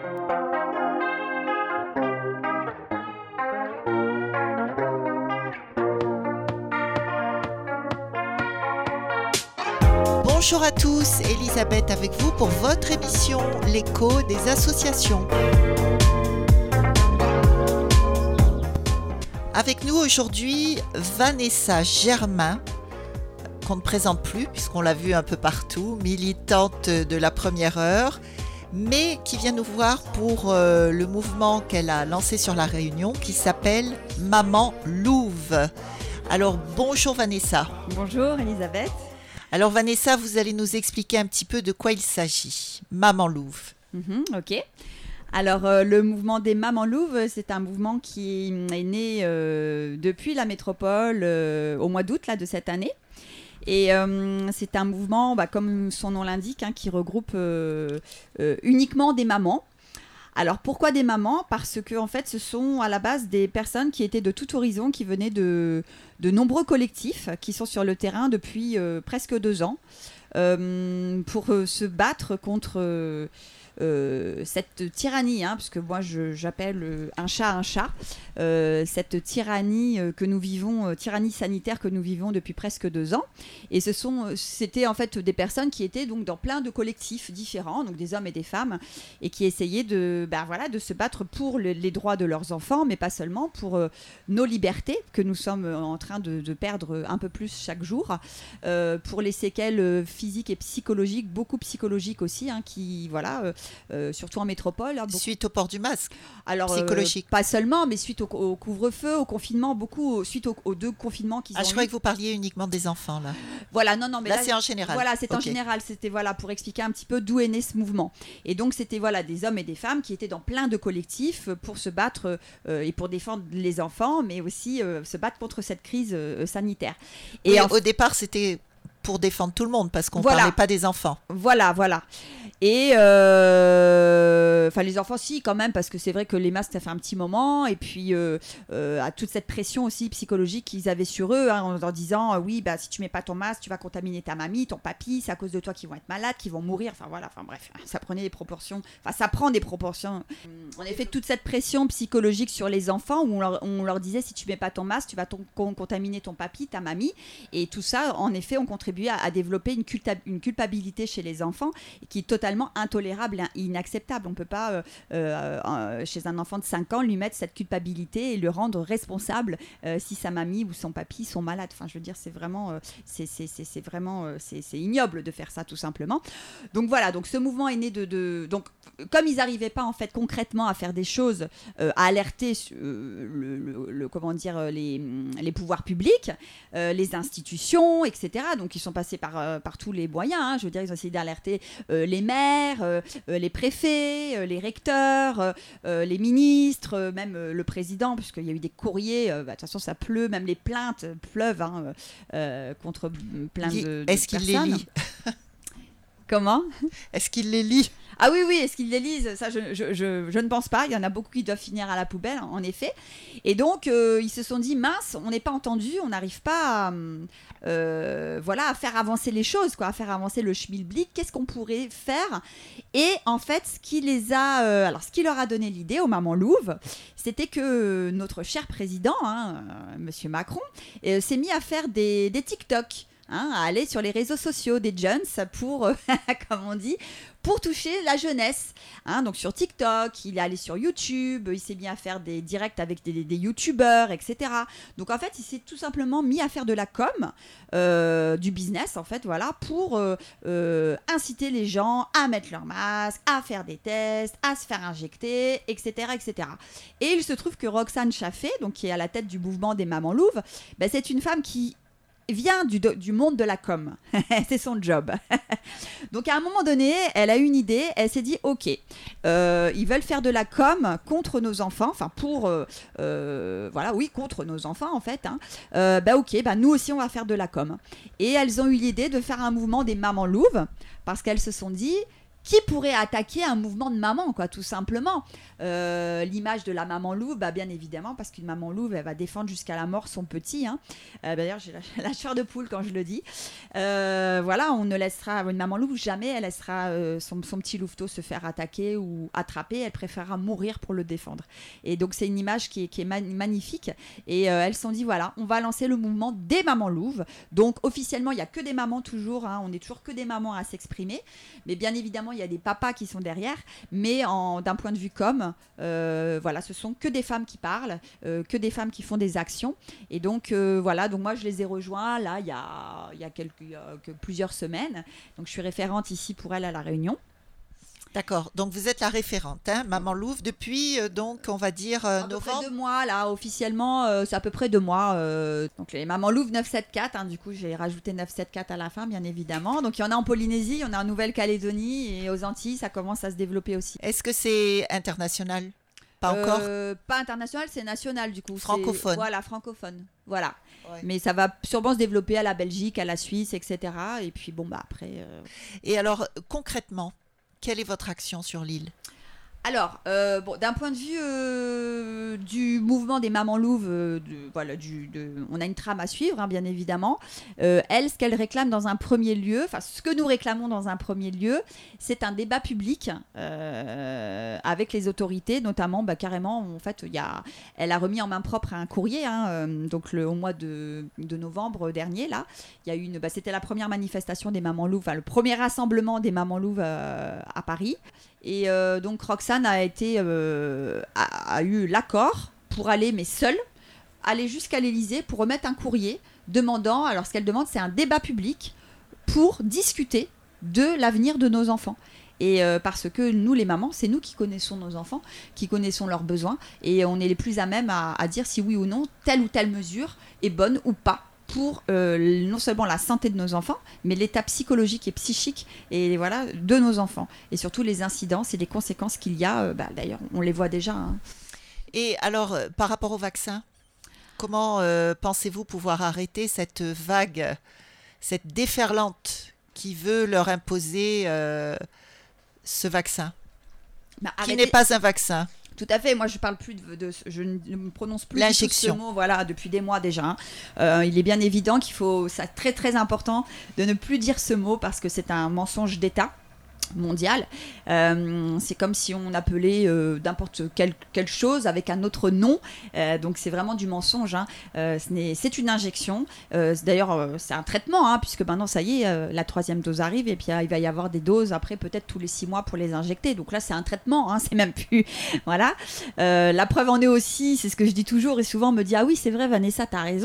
Bonjour à tous, Elisabeth avec vous pour votre émission L'écho des associations. Avec nous aujourd'hui, Vanessa Germain, qu'on ne présente plus puisqu'on l'a vue un peu partout, militante de la première heure, mais qui vient nous voir pour le mouvement qu'elle a lancé sur La Réunion qui s'appelle Maman Louve. Alors bonjour Vanessa. Bonjour Elisabeth. Alors Vanessa, vous allez nous expliquer un petit peu de quoi il s'agit. Maman Louve. Ok. Alors le mouvement des Mamans Louves, c'est un mouvement qui est né depuis la métropole au mois d'août de cette année. Et c'est un mouvement, comme son nom l'indique, qui regroupe uniquement des mamans. Alors pourquoi des mamans ? Parce que en fait, ce sont à la base des personnes qui étaient de tout horizon, qui venaient de nombreux collectifs qui sont sur le terrain depuis presque 2 ans pour se battre contre cette tyrannie, puisque moi j'appelle un chat, cette tyrannie que nous vivons, tyrannie sanitaire que nous vivons depuis presque 2 ans. Et c'était en fait des personnes qui étaient donc dans plein de collectifs différents, donc des hommes et des femmes, et qui essayaient de se battre pour les droits de leurs enfants, mais pas seulement, pour nos libertés que nous sommes en train de perdre un peu plus chaque jour, pour les séquelles physiques et psychologiques, beaucoup psychologiques aussi, qui surtout en métropole. Suite au port du masque. Alors, psychologique. Pas seulement, mais suite au couvre-feu, au confinement, beaucoup, suite aux 2 confinements qu'ils ont eu. Je croyais que vous parliez uniquement des enfants, là. Voilà, non, mais là c'est en général. Voilà, c'est en général. C'était pour expliquer un petit peu d'où est né ce mouvement. Et donc, c'était des hommes et des femmes qui étaient dans plein de collectifs pour se battre et pour défendre les enfants, mais aussi se battre contre cette crise sanitaire. Et au départ, c'était pour défendre tout le monde, parce qu'on ne parlait pas des enfants. Voilà. Et les enfants, si, quand même, parce que c'est vrai que les masques, ça fait un petit moment. Et puis, à toute cette pression aussi psychologique qu'ils avaient sur eux, en leur disant si tu mets pas ton masque, tu vas contaminer ta mamie, ton papy, c'est à cause de toi qu'ils vont être malades, qu'ils vont mourir. Bref, ça prenait des proportions. Ça prend des proportions. En effet, toute cette pression psychologique sur les enfants, où on leur disait, si tu mets pas ton masque, tu vas contaminer ton papy, ta mamie. Et tout ça, en effet, on contribuait à développer une culpabilité chez les enfants qui est totalement intolérable et inacceptable. On ne peut pas, chez un enfant de 5 ans, lui mettre cette culpabilité et le rendre responsable si sa mamie ou son papy sont malades. Je veux dire, c'est vraiment, c'est ignoble de faire ça, tout simplement. Donc voilà, donc ce mouvement est né donc comme ils n'arrivaient pas en fait concrètement à faire des choses, à alerter les pouvoirs publics, les institutions, etc. Donc ils sont passés par tous les moyens. Je veux dire, ils ont essayé d'alerter les maires, les préfets, les recteurs, les ministres, même le président, puisqu'il y a eu des courriers. De toute façon, ça pleut, même les plaintes pleuvent contre plein de Est-ce personnes. qu'il les lit ? Comment ? Est-ce qu'il les lit ? Ah oui, est-ce qu'ils les lisent ? Ça, je ne pense pas. Il y en a beaucoup qui doivent finir à la poubelle, en effet. Et donc, ils se sont dit, mince, on n'est pas entendu, on n'arrive pas à faire avancer les choses, à faire avancer le schmilblick. Qu'est-ce qu'on pourrait faire ? Et en fait, ce qui leur a donné l'idée aux Mamans Louves, c'était que notre cher président, Monsieur Macron, s'est mis à faire des TikTok. À aller sur les réseaux sociaux des jeunes pour, comme on dit, pour toucher la jeunesse. Donc sur TikTok, il est allé sur YouTube, il s'est mis à faire des directs avec des youtubeurs, etc. Donc en fait, il s'est tout simplement mis à faire de la com, du business en fait, pour inciter les gens à mettre leur masque, à faire des tests, à se faire injecter, etc. etc. Et il se trouve que Roxane Chaffé, donc, qui est à la tête du mouvement des Mamans Louves, c'est une femme qui vient du monde de la com. C'est son job. Donc à un moment donné, elle a une idée, elle s'est dit ok, ils veulent faire de la com contre nos enfants, contre nos enfants en fait. Nous aussi on va faire de la com. Et elles ont eu l'idée de faire un mouvement des Mamans Louves parce qu'elles se sont dit qui pourrait attaquer un mouvement de maman, quoi, tout simplement. L'image de la maman louve, bien évidemment, parce qu'une maman louve, elle va défendre jusqu'à la mort son petit. Hein. D'ailleurs, j'ai la chair de poule quand je le dis. Voilà, on ne laissera, une maman louve, jamais elle laissera son petit louveteau se faire attaquer ou attraper. Elle préférera mourir pour le défendre. Et donc, c'est une image qui est magnifique. Et elles se sont dit, voilà, on va lancer le mouvement des mamans louves. Donc, officiellement, il n'y a que des mamans toujours. Hein, on n'est toujours que des mamans à s'exprimer. Mais bien évidemment, il y a des papas qui sont derrière. Mais d'un point de vue voilà, ce sont que des femmes qui parlent, que des femmes qui font des actions. Et donc, voilà, donc moi, je les ai rejoints là, il y a plusieurs semaines. Donc, je suis référente ici pour elles à La Réunion. D'accord, donc vous êtes la référente, hein, Maman Louve, depuis, donc, on va dire novembre. À peu près 2 mois, là, officiellement, c'est à peu près 2 mois. Donc, les Maman Louve 974, hein, du coup, j'ai rajouté 974 à la fin, bien évidemment. Donc, il y en a en Polynésie, il y en a en Nouvelle-Calédonie et aux Antilles, ça commence à se développer aussi. Est-ce que c'est international ? Pas encore ? Pas international, c'est national, du coup. Francophone. Voilà, francophone. Voilà. Ouais. Mais ça va sûrement se développer à la Belgique, à la Suisse, etc. Et puis, bon, après... Et alors, concrètement, quelle est votre action sur l'île ? Alors, d'un point de vue du mouvement des mamans louves, on a une trame à suivre, hein, bien évidemment. Elles, ce qu'elles réclament dans un premier lieu, enfin, ce que nous réclamons dans un premier lieu, c'est un débat public avec les autorités, notamment, carrément, en fait, elle a remis en main propre un courrier, hein, donc au mois de novembre dernier, là, il y a eu c'était la première manifestation des mamans louves, enfin, le premier rassemblement des mamans louves à Paris. Et donc Roxane a eu l'accord pour aller, mais seule, aller jusqu'à l'Élysée pour remettre un courrier demandant, alors ce qu'elle demande, c'est un débat public pour discuter de l'avenir de nos enfants. Et parce que nous, les mamans, c'est nous qui connaissons nos enfants, qui connaissons leurs besoins, et on est les plus à même à dire si oui ou non, telle ou telle mesure est bonne ou pas pour non seulement la santé de nos enfants, mais l'état psychologique et psychique et, voilà, de nos enfants. Et surtout les incidences et les conséquences qu'il y a. D'ailleurs, on les voit déjà. Hein. Et alors, par rapport au vaccin, comment pensez-vous pouvoir arrêter cette vague, cette déferlante qui veut leur imposer ce vaccin, qui n'est pas un vaccin ? Tout à fait. Moi, je parle plus je ne me prononce plus l'injection. Ce mot, voilà, depuis des mois déjà. Il est bien évident c'est très très important de ne plus dire ce mot parce que c'est un mensonge d'État mondial. C'est comme si on appelait n'importe quelle chose avec un autre nom. Donc c'est vraiment du mensonge. Hein. C'est une injection. D'ailleurs, c'est un traitement, hein, puisque maintenant, ça y est, la 3e dose arrive et puis il va y avoir des doses après, peut-être tous les 6 mois pour les injecter. Donc là, c'est un traitement. Hein, c'est même plus... voilà. La preuve en est aussi, c'est ce que je dis toujours et souvent on me dit « Ah oui, c'est vrai, Vanessa, t'as raison. »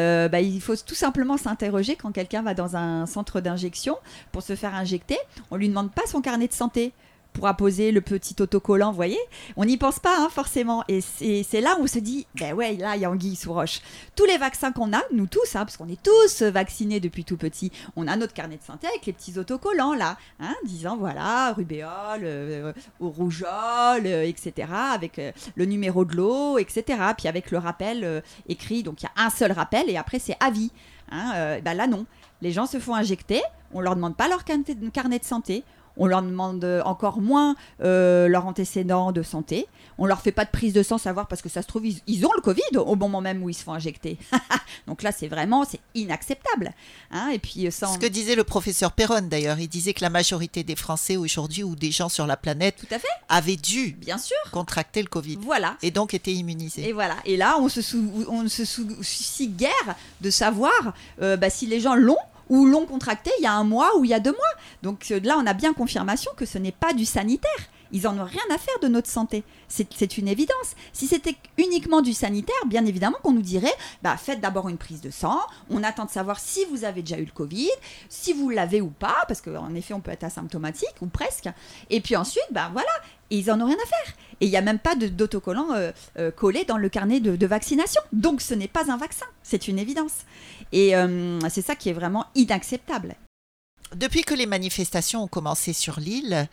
Il faut tout simplement s'interroger quand quelqu'un va dans un centre d'injection pour se faire injecter. On lui demande pas son carnet de santé pour apposer le petit autocollant, vous voyez, on n'y pense pas, hein, forcément, et c'est là où on se dit, ouais, là il y a anguille sous roche. Tous les vaccins qu'on a, nous tous, hein, parce qu'on est tous vaccinés depuis tout petit, on a notre carnet de santé avec les petits autocollants là, hein, disant voilà, rubéole, rougeole, etc., avec le numéro de l'eau, etc., puis avec le rappel écrit, donc il y a un seul rappel et après c'est à vie. Hein, là non, les gens se font injecter, on leur demande pas leur carnet de santé. On leur demande encore moins leur antécédent de santé. On leur fait pas de prise de sang, savoir parce que ça se trouve, ils ont le Covid au moment même où ils se font injecter. Donc là, c'est inacceptable. Hein, et puis, ce que disait le professeur Perron d'ailleurs, il disait que la majorité des Français aujourd'hui ou des gens sur la planète tout à fait. Avaient dû bien sûr contracter le Covid. Voilà. Et donc étaient immunisés. Et voilà. Et là, on ne se soucie guère de savoir si les gens l'ont ou l'ont contracté il y a 1 mois ou il y a 2 mois. Donc là, on a bien confirmation que ce n'est pas du sanitaire. Ils n'en ont rien à faire de notre santé. C'est une évidence. Si c'était uniquement du sanitaire, bien évidemment qu'on nous dirait faites d'abord une prise de sang, on attend de savoir si vous avez déjà eu le Covid, si vous l'avez ou pas, parce qu'en effet, on peut être asymptomatique ou presque. Et puis ensuite, voilà, et ils n'en ont rien à faire. Et il n'y a même pas d'autocollant collé dans le carnet de vaccination. Donc ce n'est pas un vaccin, c'est une évidence. Et c'est ça qui est vraiment inacceptable. Depuis que les manifestations ont commencé sur l'île,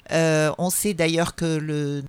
on sait d'ailleurs que le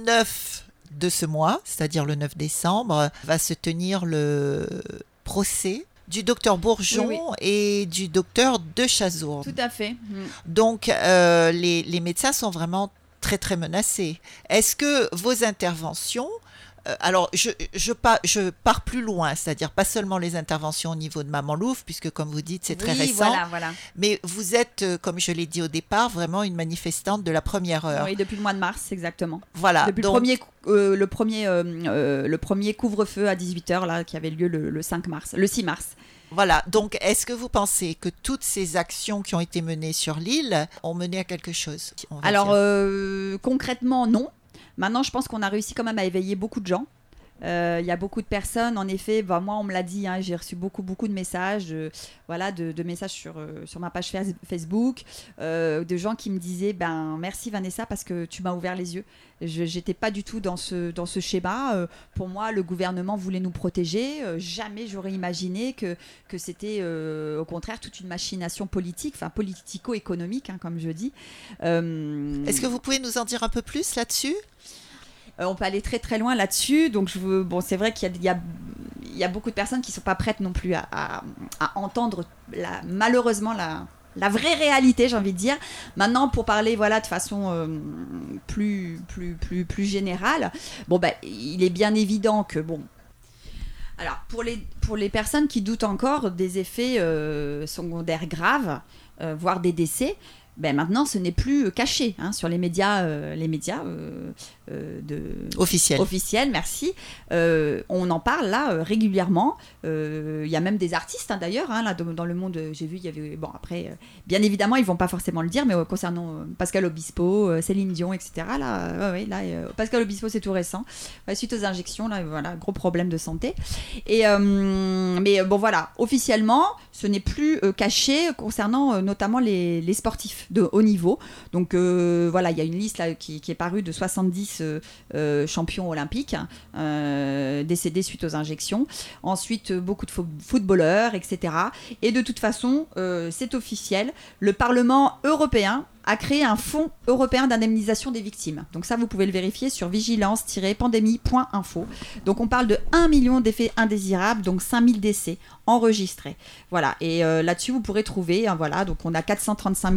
9 de ce mois, c'est-à-dire le 9 décembre, va se tenir le procès du docteur Bourgeon Oui, et du docteur de Chazourne. Tout à fait. Donc, les médecins sont vraiment très, très menacés. Est-ce que vos interventions... alors, je pars plus loin, c'est-à-dire pas seulement les interventions au niveau de Maman Louvre, puisque comme vous dites, c'est très récent, Voilà. mais vous êtes, comme je l'ai dit au départ, vraiment une manifestante de la première heure. Oui, depuis le mois de mars, exactement. Voilà. Depuis donc, le premier couvre-feu à 18h, là, qui avait lieu le 6 mars. Voilà, donc est-ce que vous pensez que toutes ces actions qui ont été menées sur l'île ont mené à quelque chose? Alors, concrètement, non. Maintenant, je pense qu'on a réussi quand même à éveiller beaucoup de gens. Il y a beaucoup de personnes, en effet, moi on me l'a dit, j'ai reçu beaucoup de messages, de messages sur ma page Facebook, de gens qui me disaient merci Vanessa parce que tu m'as ouvert les yeux. J'étais pas du tout dans ce schéma. Pour moi, le gouvernement voulait nous protéger. Jamais j'aurais imaginé que c'était au contraire toute une machination politique, enfin politico-économique, comme je dis. Est-ce que vous pouvez nous en dire un peu plus là-dessus ? On peut aller très très loin là-dessus. Donc c'est vrai qu'il y a beaucoup de personnes qui ne sont pas prêtes non plus à entendre malheureusement la vraie réalité, j'ai envie de dire. Maintenant, pour parler de façon plus générale, il est bien évident que alors pour les personnes qui doutent encore des effets secondaires graves, voire des décès. Maintenant, ce n'est plus caché sur les médias officiels, merci. On en parle là régulièrement. Il y a même des artistes d'ailleurs là dans le monde. J'ai vu, il y avait après, bien évidemment, ils vont pas forcément le dire, mais concernant Pascal Obispo, Céline Dion, etc. Là, Pascal Obispo, c'est tout récent. Suite aux injections, là, gros problème de santé. Et officiellement, ce n'est plus caché concernant notamment les sportifs de haut niveau. Donc il y a une liste là, qui est parue de 70 champions olympiques décédés suite aux injections. Ensuite, beaucoup de footballeurs, etc. Et de toute façon, c'est officiel. Le Parlement européen a créé un fonds européen d'indemnisation des victimes. Donc ça, vous pouvez le vérifier sur vigilance-pandémie.info. Donc on parle de 1 million d'effets indésirables, donc 5000 décès enregistrés. Voilà, et là-dessus, vous pourrez trouver, donc on a 435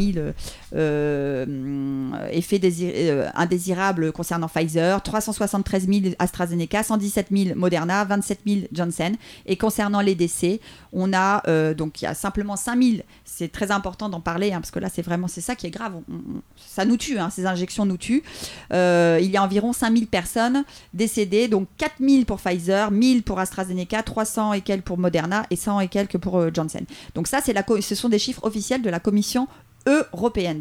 000 effets indésirables concernant Pfizer, 373 000 AstraZeneca, 117 000 Moderna, 27 000 Johnson. Et concernant les décès, on a, donc il y a simplement 5000, c'est très important d'en parler, parce que là, c'est ça qui est grave. Ça nous tue, ces injections nous tuent. Il y a environ 5000 personnes décédées, donc 4000 pour Pfizer, 1000 pour AstraZeneca, 300 et quelques pour Moderna et 100 et quelques pour Johnson. Donc ça, ce sont des chiffres officiels de la Commission européenne.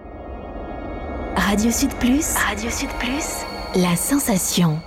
Radio Sud Plus, la sensation.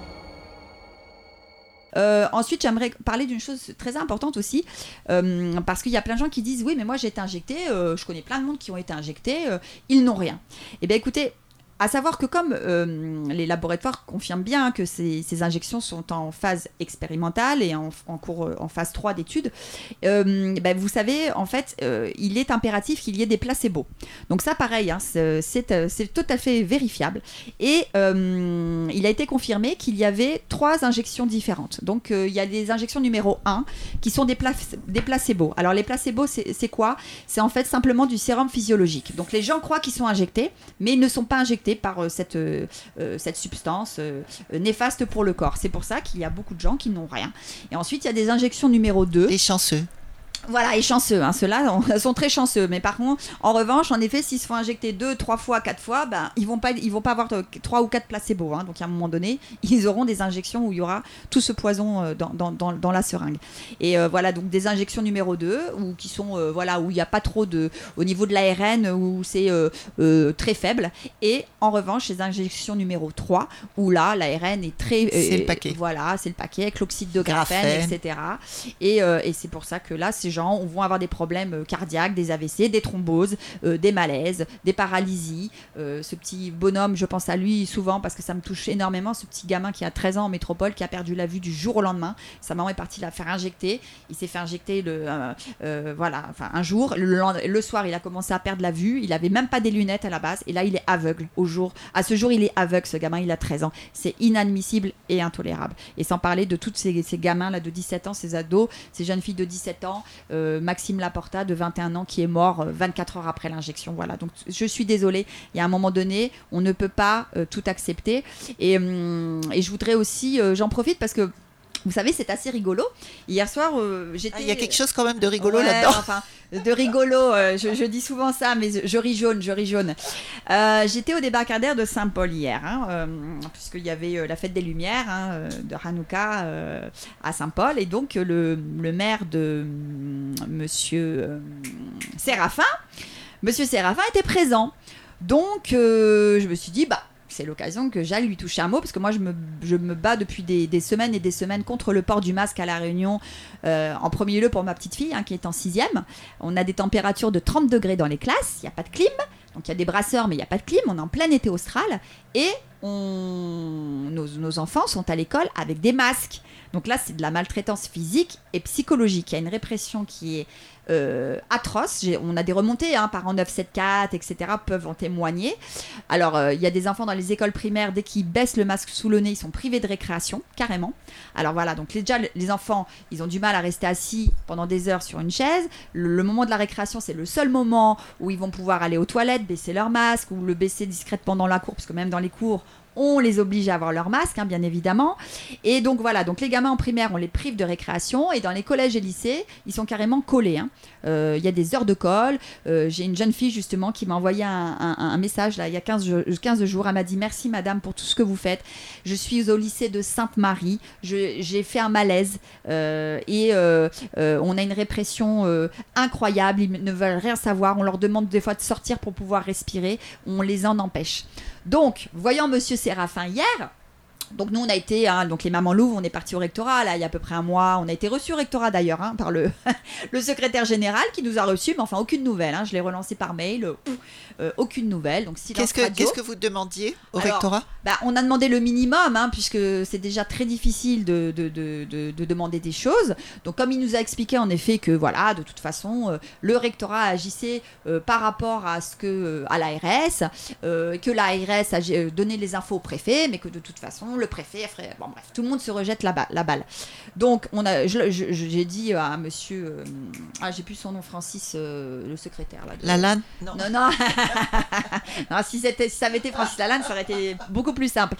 Ensuite, j'aimerais parler d'une chose très importante aussi, parce qu'il y a plein de gens qui disent oui, mais moi j'ai été injecté, je connais plein de monde qui ont été injectés, ils n'ont rien. Eh bien écoutez, à savoir que comme les laboratoires confirment bien que ces injections sont en phase expérimentale et en phase 3 d'études, vous savez, en fait, il est impératif qu'il y ait des placebos. Donc ça, pareil, c'est tout à fait vérifiable. Et il a été confirmé qu'il y avait 3 injections différentes. Donc il y a des injections numéro 1 qui sont des placebos. Alors les placebos, c'est quoi ? C'est en fait simplement du sérum physiologique. Donc les gens croient qu'ils sont injectés, mais ils ne sont pas injectés par cette substance néfaste pour le corps. C'est pour ça qu'il y a beaucoup de gens qui n'ont rien. Et ensuite, il y a des injections numéro 2. Les chanceux. Voilà, et chanceux, ceux-là sont très chanceux. Mais par contre, en revanche, en effet, s'ils se font injecter 2, 3 fois, 4 fois, ils vont pas avoir 3 ou 4 placebos. Donc à un moment donné, ils auront des injections où il y aura tout ce poison dans la seringue. Et donc des injections numéro 2, où il n'y a pas trop au niveau de l'ARN, où c'est très faible. Et en revanche, les injections numéro 3, où là, l'ARN est très... c'est le paquet. Voilà, c'est le paquet, avec l'oxyde de graphène, etc. Et c'est pour ça que là, ces gens vont avoir des problèmes cardiaques, des AVC, des thromboses, des malaises, des paralysies. Ce petit bonhomme, je pense à lui souvent parce que ça me touche énormément, ce petit gamin qui a 13 ans en métropole, qui a perdu la vue du jour au lendemain. Sa maman est partie la faire injecter. Il s'est fait injecter un jour. Le soir, il a commencé à perdre la vue. Il n'avait même pas des lunettes à la base. Et là, il est aveugle. À ce jour, il est aveugle, ce gamin. Il a 13 ans. C'est inadmissible et intolérable. Et sans parler de tous ces gamins là de 17 ans, ces ados, ces jeunes filles de 17 ans, Maxime Laporta de 21 ans qui est mort 24 heures après l'injection. Voilà, donc je suis désolée, il y a un moment donné, on ne peut pas tout accepter. Et je voudrais aussi, j'en profite parce que vous savez, c'est assez rigolo. Hier soir, j'étais... Il y a quelque chose quand même de rigolo ouais, là-dedans. Enfin, de rigolo, je dis souvent ça, mais je ris jaune. J'étais au débarcadère de Saint-Paul hier, puisqu'il y avait la fête des Lumières de Hanouka à Saint-Paul. Et donc, le maire de Monsieur Séraphin était présent. Donc, je me suis dit, c'est l'occasion que j'aille lui toucher un mot, parce que moi je me bats depuis des semaines et des semaines contre le port du masque à La Réunion, en premier lieu pour ma petite fille qui est en 6e. On a des températures de 30 degrés dans les classes, il n'y a pas de clim, donc il y a des brasseurs mais il n'y a pas de clim, on est en plein été austral et nos enfants sont à l'école avec des masques. Donc là c'est de la maltraitance physique et psychologique, il y a une répression qui est atroce. On a des remontées, parents 974, etc. peuvent en témoigner. Alors, il y a des enfants dans les écoles primaires, dès qu'ils baissent le masque sous le nez, ils sont privés de récréation, carrément. Alors voilà, donc déjà, les enfants, ils ont du mal à rester assis pendant des heures sur une chaise. Le moment de la récréation, c'est le seul moment où ils vont pouvoir aller aux toilettes, baisser leur masque, ou le baisser discrètement dans la cour, parce que même dans les cours, on les oblige à avoir leur masque, bien évidemment. Et donc voilà, donc les gamins en primaire, on les prive de récréation. Et dans les collèges et lycées, ils sont carrément collés. Il y a des heures de colle. J'ai une jeune fille justement qui m'a envoyé un message là, il y a 15 jours. Elle m'a dit « Merci madame pour tout ce que vous faites. Je suis au lycée de Sainte-Marie. J'ai fait un malaise. On a une répression incroyable. Ils ne veulent rien savoir. On leur demande des fois de sortir pour pouvoir respirer. On les en empêche. » Donc, voyant Monsieur Séraphin hier, donc nous on a été, donc les mamans Louvre, on est parti au rectorat là il y a à peu près un mois, on a été reçus au rectorat d'ailleurs par le secrétaire général qui nous a reçus, mais enfin aucune nouvelle, je l'ai relancé par mail, aucune nouvelle. Donc qu'est-ce que vous demandiez au rectorat? On a demandé le minimum, puisque c'est déjà très difficile de demander des choses. Donc comme il nous a expliqué en effet que voilà, de toute façon le rectorat agissait par rapport à l'ARS, que l'ARS a donné les infos au préfet, mais que de toute façon le préfet ferait... Bon bref, tout le monde se rejette la balle. Donc j'ai dit à monsieur... j'ai plus son nom, Francis, le secrétaire. Là, Lalanne? Non. Non, si ça avait été Francis Lalanne, ça aurait été beaucoup plus simple.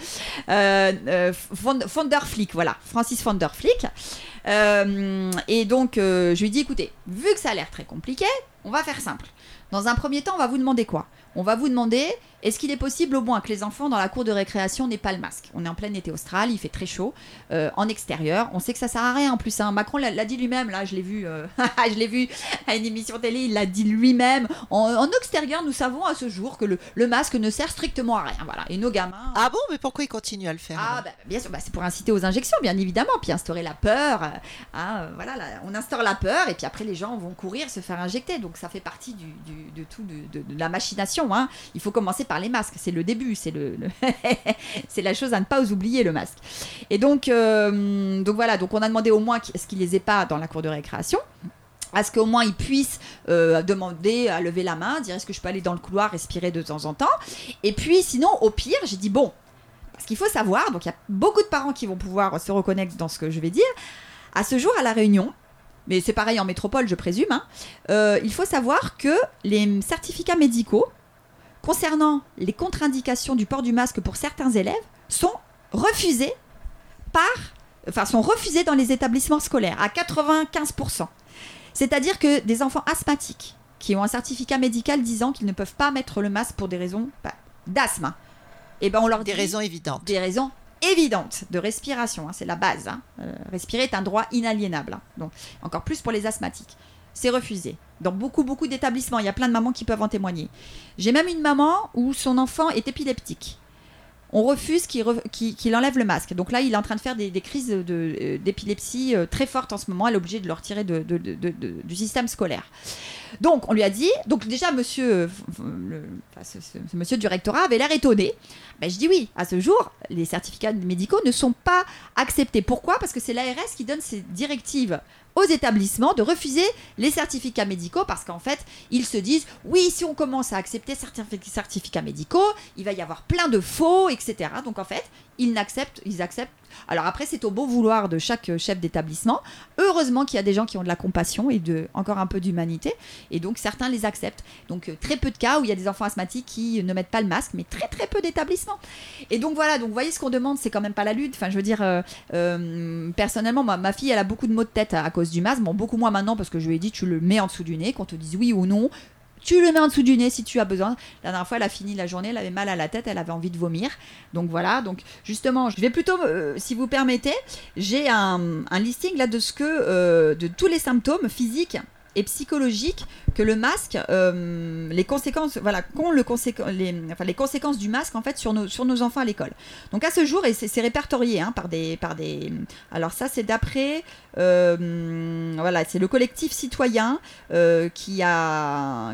Van der Flick, voilà. Francis Van der Flick. Et donc, je lui dis, écoutez, vu que ça a l'air très compliqué, on va faire simple. Dans un premier temps, on va vous demander quoi ? On va vous demander, est-ce qu'il est possible au moins que les enfants dans la cour de récréation n'aient pas le masque ? On est en plein été austral, il fait très chaud, en extérieur. On sait que ça sert à rien en plus. Macron l'a dit lui-même, là je l'ai vu à une émission télé, il l'a dit lui-même. En extérieur, nous savons à ce jour que le masque ne sert strictement à rien. Voilà. Et nos gamins... Ah bon, mais pourquoi ils continuent à le faire ? Bien sûr, c'est pour inciter aux injections, bien évidemment, puis instaurer la peur. Voilà, on instaure la peur et puis après les gens vont courir se faire injecter. Donc ça fait partie de la machination. Il faut commencer par les masques, c'est le début, c'est c'est la chose à ne pas oublier, le masque. Et donc voilà, donc on a demandé au moins ce qu'ils les aient pas dans la cour de récréation, à ce qu'au moins ils puissent demander à lever la main, dire est-ce que je peux aller dans le couloir respirer de temps en temps. Et puis sinon au pire j'ai dit bon, parce qu'il faut savoir, donc il y a beaucoup de parents qui vont pouvoir se reconnaître dans ce que je vais dire, à ce jour à La Réunion, mais c'est pareil en métropole je présume, il faut savoir que les certificats médicaux concernant les contre-indications du port du masque pour certains élèves sont refusés dans les établissements scolaires à 95%. C'est-à-dire que des enfants asthmatiques qui ont un certificat médical disant qu'ils ne peuvent pas mettre le masque pour des raisons d'asthme, on leur dit des raisons évidentes. Des raisons évidentes de respiration, c'est la base. Respirer est un droit inaliénable. Donc encore plus pour les asthmatiques. C'est refusé. Dans beaucoup d'établissements, il y a plein de mamans qui peuvent en témoigner. J'ai même une maman où son enfant est épileptique. On refuse qu'il enlève le masque. Donc là, il est en train de faire des crises d'épilepsie très fortes en ce moment. Elle est obligée de le retirer du système scolaire. Donc on lui a dit, donc déjà monsieur, ce monsieur du rectorat avait l'air étonné. Ben, je dis oui, à ce jour, les certificats médicaux ne sont pas acceptés. Pourquoi ? Parce que c'est l'ARS qui donne ses directives aux établissements de refuser les certificats médicaux parce qu'en fait, ils se disent oui, si on commence à accepter certains certificats médicaux, il va y avoir plein de faux, etc. Donc en fait, ils acceptent. Alors après, c'est au bon vouloir de chaque chef d'établissement. Heureusement qu'il y a des gens qui ont de la compassion et encore un peu d'humanité. Et donc, certains les acceptent. Donc, très peu de cas où il y a des enfants asthmatiques qui ne mettent pas le masque, mais très, très peu d'établissements. Et donc, voilà. Donc, vous voyez, ce qu'on demande, c'est quand même pas la lutte. Enfin, je veux dire, personnellement, ma fille, elle a beaucoup de maux de tête à cause du masque. Bon, beaucoup moins maintenant parce que je lui ai dit, tu le mets en dessous du nez, qu'on te dise oui ou non. Tu le mets en dessous du nez si tu as besoin. La dernière fois, elle a fini la journée, elle avait mal à la tête, elle avait envie de vomir. Donc voilà, donc justement, je vais plutôt, si vous permettez, j'ai un listing là de tous les symptômes physiques et psychologiques que le masque, les conséquences, voilà, les conséquences du masque en fait sur nos enfants à l'école. Donc à ce jour, et c'est répertorié par des, alors ça c'est d'après, voilà, c'est le collectif citoyen qui a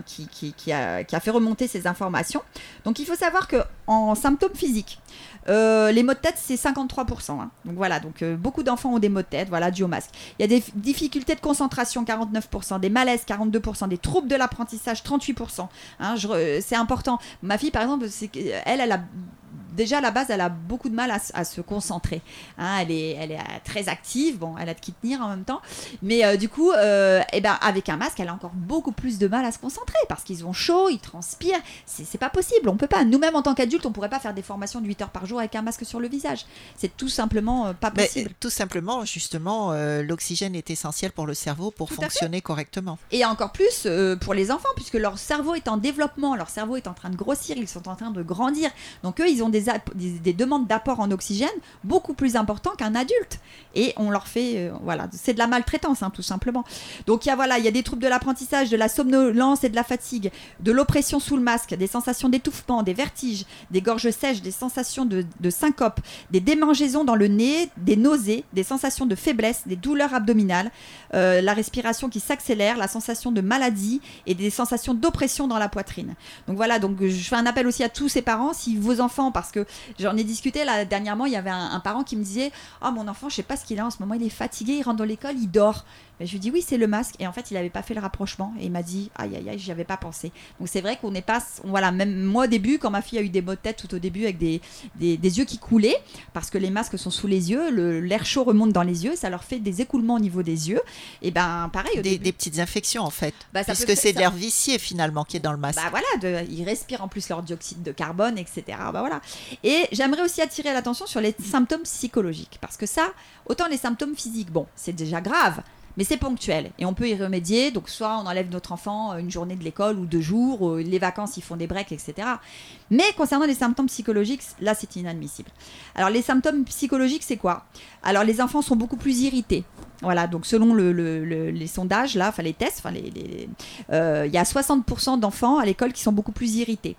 fait remonter ces informations. Donc il faut savoir que en symptômes physiques, les maux de tête c'est 53%. Donc voilà, donc beaucoup d'enfants ont des maux de tête, voilà, dû au masque. Il y a des difficultés de concentration, 49%, des malaises, 42%, des troubles de l'apprentissage, 38%. C'est important. Ma fille, par exemple, elle a déjà à la base, elle a beaucoup de mal à se concentrer. Elle est très active, bon, elle a de qui tenir en même temps, mais du coup, avec un masque, elle a encore beaucoup plus de mal à se concentrer parce qu'ils ont chaud, ils transpirent. C'est pas possible, on peut pas. Nous-mêmes en tant qu'adultes, on pourrait pas faire des formations de 8 heures par jour avec un masque sur le visage. C'est tout simplement pas possible. Tout simplement, justement, l'oxygène est essentiel pour le cerveau pour fonctionner correctement. Et encore plus pour les enfants, puisque leur cerveau est en développement, leur cerveau est en train de grossir, ils sont en train de grandir. Donc eux, ils ont des demandes d'apport en oxygène beaucoup plus importantes qu'un adulte. Et on leur fait, voilà, c'est de la maltraitance, tout simplement. Donc il y a des troubles de l'apprentissage, de la somnolence et de la fatigue, de l'oppression sous le masque, des sensations d'étouffement, des vertiges, des gorges sèches, des sensations de syncope, des démangeaisons dans le nez, des nausées, des sensations de faiblesse, des douleurs abdominales, la respiration qui s'accélère, la sensation de maladie et des sensations d'oppression dans la poitrine. Donc voilà, donc je fais un appel aussi à tous ces parents, si vos enfants, parce que j'en ai discuté là dernièrement, il y avait un parent qui me disait « Oh, mon enfant, je sais pas ce qu'il a en ce moment, il est fatigué, il rentre dans l'école, il dort. » Je lui dis oui, c'est le masque. Et en fait, il n'avait pas fait le rapprochement. Et il m'a dit aïe, aïe, aïe, j'y avais pas pensé. Donc c'est vrai qu'on n'est pas. Voilà, même moi au début, quand ma fille a eu des maux de tête tout au début avec des yeux qui coulaient, parce que les masques sont sous les yeux, l'air chaud remonte dans les yeux, ça leur fait des écoulements au niveau des yeux. Et ben pareil. Des petites infections en fait. Puisque c'est de l'air vicié finalement qui est dans le masque. Voilà, ils respirent en plus leur dioxyde de carbone, etc. Voilà. Et j'aimerais aussi attirer l'attention sur les symptômes psychologiques. Parce que ça, autant les symptômes physiques, bon, c'est déjà grave. Mais c'est ponctuel et on peut y remédier. Donc, soit on enlève notre enfant une journée de l'école ou 2 jours, les vacances, ils font des breaks, etc. Mais concernant les symptômes psychologiques, là, c'est inadmissible. Alors, les symptômes psychologiques, c'est quoi ? Alors, les enfants sont beaucoup plus irrités. Voilà, donc selon les sondages, là, enfin les tests, il y a 60% d'enfants à l'école qui sont beaucoup plus irrités.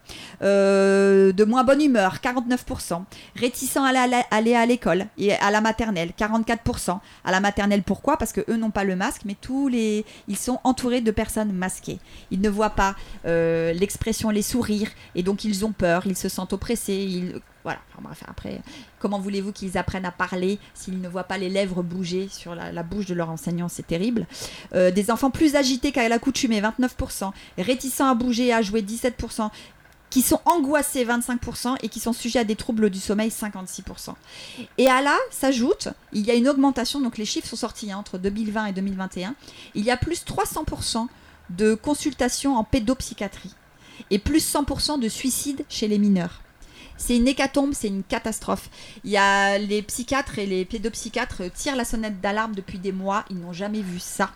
De moins bonne humeur, 49%. Réticents à aller à l'école et à la maternelle, 44%. À la maternelle, pourquoi ? Parce qu'eux n'ont pas le masque, mais ils sont entourés de personnes masquées. Ils ne voient pas l'expression, les sourires, et donc ils ont peur, ils se sentent oppressés, voilà, bref, après, comment voulez-vous qu'ils apprennent à parler s'ils ne voient pas les lèvres bouger sur la bouche de leur enseignant ? C'est terrible. Des enfants plus agités qu'à l'accoutumée, 29%. Réticents à bouger et à jouer, 17%. Qui sont angoissés, 25%. Et qui sont sujets à des troubles du sommeil, 56%. Et à là, s'ajoute, il y a une augmentation, donc les chiffres sont sortis entre 2020 et 2021. Il y a plus 300% de consultations en pédopsychiatrie. Et plus 100% de suicides chez les mineurs. C'est une hécatombe, c'est une catastrophe. Il y a les psychiatres et les pédopsychiatres tirent la sonnette d'alarme depuis des mois. Ils n'ont jamais vu ça.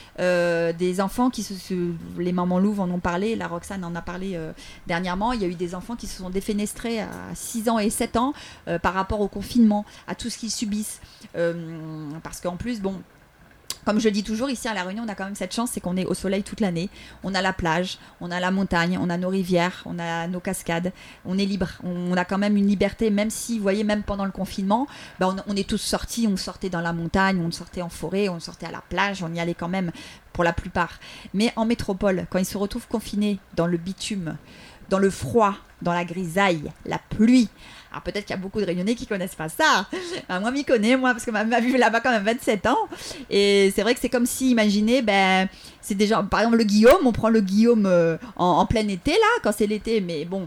Des enfants les mamans louves en ont parlé, la Roxane en a parlé dernièrement. Il y a eu des enfants qui se sont défenestrés à 6 ans et 7 ans par rapport au confinement, à tout ce qu'ils subissent. Parce qu'en plus, bon... Comme je le dis toujours, ici à La Réunion, on a quand même cette chance, c'est qu'on est au soleil toute l'année. On a la plage, on a la montagne, on a nos rivières, on a nos cascades. On est libre. On a quand même une liberté, même si, vous voyez, même pendant le confinement, on est tous sortis. On sortait dans la montagne, on sortait en forêt, on sortait à la plage. On y allait quand même pour la plupart. Mais en métropole, quand ils se retrouvent confinés dans le bitume, dans le froid, dans la grisaille, la pluie. Alors peut-être qu'il y a beaucoup de Réunionnais qui ne connaissent pas ça. Moi, m'y connais, parce que ma vie là-bas quand même 27 ans. Et c'est vrai que c'est comme si, imaginez, c'est des gens, par exemple le Guillaume, on prend le Guillaume en plein été, là, quand c'est l'été, mais bon,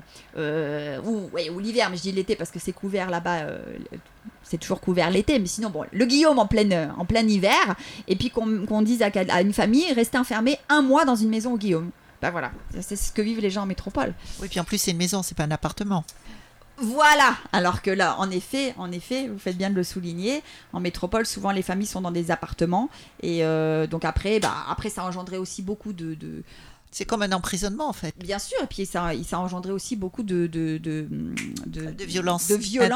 ou l'hiver, mais je dis l'été parce que c'est couvert là-bas, c'est toujours couvert l'été, mais sinon, bon, le Guillaume en plein hiver, et puis qu'on dise à une famille, restez enfermé 1 mois dans une maison au Guillaume. Voilà, c'est ce que vivent les gens en métropole. Oui, puis en plus, c'est une maison, c'est pas un appartement. Voilà, alors que là, en effet, vous faites bien de le souligner, en métropole, souvent les familles sont dans des appartements, et donc après, ça a engendré aussi beaucoup de... C'est comme un emprisonnement en fait. Bien sûr, et puis ça a engendré aussi beaucoup de violences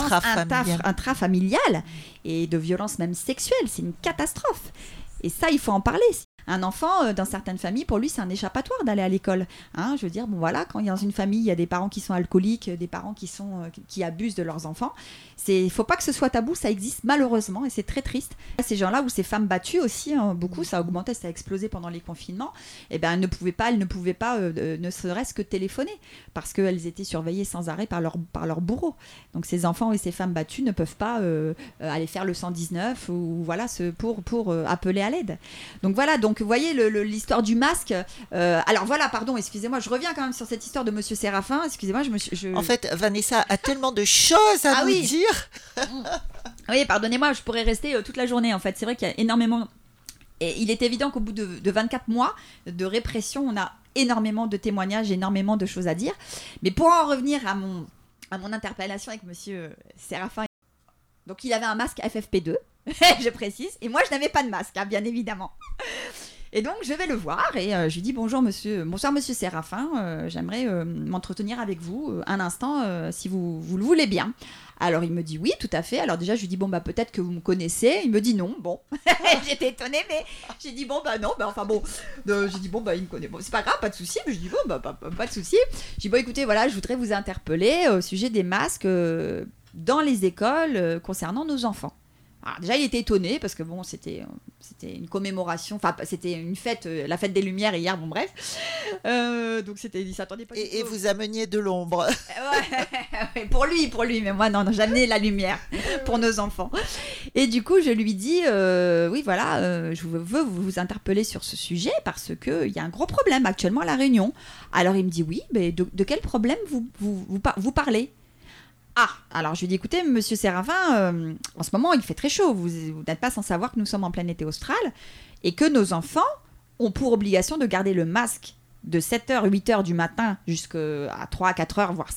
intrafamiliales et de violences même sexuelles. C'est une catastrophe. Et ça, il faut en parler. Un enfant, dans certaines familles, pour lui, c'est un échappatoire d'aller à l'école. Je veux dire, quand dans une famille, il y a des parents qui sont alcooliques, des parents qui abusent de leurs enfants, il ne faut pas que ce soit tabou, ça existe malheureusement et c'est très triste. Ces gens-là, ou ces femmes battues aussi, beaucoup, ça a augmenté, ça a explosé pendant les confinements, elles ne pouvaient pas, ne serait-ce que téléphoner, parce qu'elles étaient surveillées sans arrêt par leur bourreau. Donc ces enfants et ces femmes battues ne peuvent pas aller faire le 119 ou pour appeler à l'aide. Donc voilà, donc vous voyez l'histoire du masque. Alors voilà, pardon, excusez-moi, je reviens quand même sur cette histoire de Monsieur Séraphin. Excusez-moi, En fait, Vanessa a tellement de choses à nous dire. Oui, pardonnez-moi, je pourrais rester toute la journée en fait. C'est vrai qu'il y a énormément... Et il est évident qu'au bout de 24 mois de répression, on a énormément de témoignages, énormément de choses à dire. Mais pour en revenir à mon interpellation avec Monsieur Séraphin, donc il avait un masque FFP2, je précise, et moi je n'avais pas de masque, bien évidemment. Et donc je vais le voir et je lui dis bonsoir monsieur Séraphin, j'aimerais m'entretenir avec vous un instant si vous le voulez bien. Alors il me dit oui, tout à fait. Alors déjà je lui dis peut-être que vous me connaissez. Il me dit non. Bon, j'étais étonnée, mais j'ai dit non. J'ai dit il me connaît. Bon, c'est pas grave, pas de souci. Mais je dis pas de souci. J'ai dit écoutez, voilà, je voudrais vous interpeller au sujet des masques dans les écoles concernant nos enfants. Alors déjà il était étonné parce que c'était une commémoration, c'était une fête, la fête des Lumières hier, bref. Donc il s'attendait pas. Et vous ameniez de l'ombre. Ouais, pour lui, mais moi non, j'amenais la lumière pour nos enfants. Et du coup je lui dis oui voilà, je veux vous interpeller sur ce sujet parce que il y a un gros problème actuellement à La Réunion. Alors il me dit oui, mais de quel problème vous parlez? Alors je lui dis écoutez monsieur Séraphin, en ce moment il fait très chaud, vous n'êtes pas sans savoir que nous sommes en plein été austral et que nos enfants ont pour obligation de garder le masque de 7h, 8h du matin jusqu'à 3, 4h, voire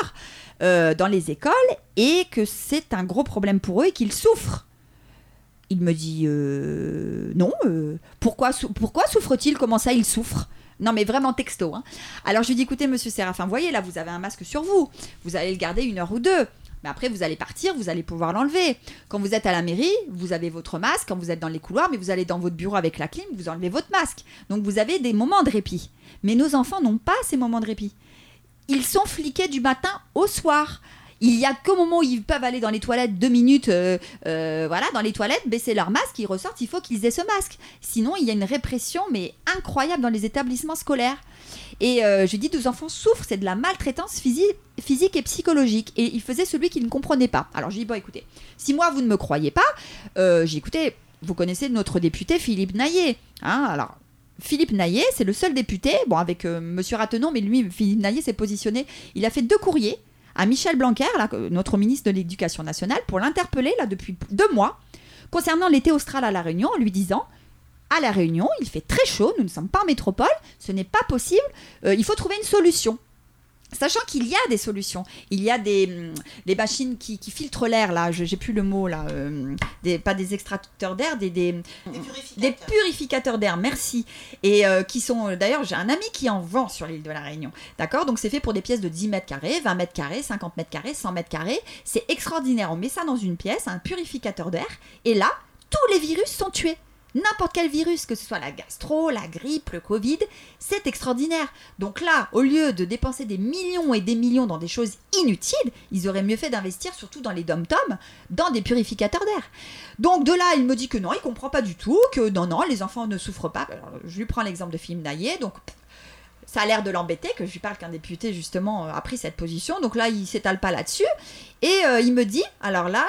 5h dans les écoles et que c'est un gros problème pour eux et qu'ils souffrent. Il me dit non, pourquoi souffre-t-il? Comment ça il souffre? Non mais vraiment texto. Alors je lui dis écoutez monsieur Séraphin, voyez là vous avez un masque sur vous, vous allez le garder 1 heure ou 2, mais après vous allez partir, vous allez pouvoir l'enlever. Quand vous êtes à la mairie, vous avez votre masque, quand vous êtes dans les couloirs, mais vous allez dans votre bureau avec la clim, vous enlevez votre masque. Donc vous avez des moments de répit. Mais nos enfants n'ont pas ces moments de répit. Ils sont fliqués du matin au soir. Il n'y a qu'au moment où ils peuvent aller dans les toilettes 2 minutes, dans les toilettes, baisser leur masque, ils ressortent, il faut qu'ils aient ce masque. Sinon, il y a une répression, mais incroyable dans les établissements scolaires. Et je dis, nos enfants souffrent, c'est de la maltraitance physique et psychologique. Et il faisait celui qui ne comprenait pas. Alors je dis, écoutez, si moi vous ne me croyez pas, écoutez, vous connaissez notre député Philippe Naillet. Alors... Philippe Naillet, c'est le seul député, avec monsieur Ratenon, mais lui, Philippe Naillet s'est positionné, il a fait 2 courriers à Michel Blanquer, notre ministre de l'Éducation nationale, pour l'interpeller depuis 2 mois concernant l'été austral à La Réunion, en lui disant à La Réunion, il fait très chaud, nous ne sommes pas en métropole, ce n'est pas possible, il faut trouver une solution. Sachant qu'il y a des solutions, il y a des machines qui filtrent l'air, là, j'ai plus le mot, là, pas des extracteurs d'air, des purificateurs d'air, merci, et qui sont, d'ailleurs, j'ai un ami qui en vend sur l'île de La Réunion, d'accord, donc c'est fait pour des pièces de 10 mètres carrés, 20 mètres carrés, 50 mètres carrés, 100 mètres carrés, c'est extraordinaire, on met ça dans une pièce, un purificateur d'air, et là, tous les virus sont tués. n'importe quel virus, que ce soit la gastro, la grippe, le Covid, c'est extraordinaire. Donc là, au lieu de dépenser des millions et des millions dans des choses inutiles, ils auraient mieux fait d'investir surtout dans les dom-toms, dans des purificateurs d'air. Donc de là, il me dit que non, il comprend pas du tout, que non, les enfants ne souffrent pas. Alors, je lui prends l'exemple de Philippe Naillet, donc ça a l'air de l'embêter, que je lui parle qu'un député justement a pris cette position, donc là il s'étale pas là-dessus, et il me dit, alors là,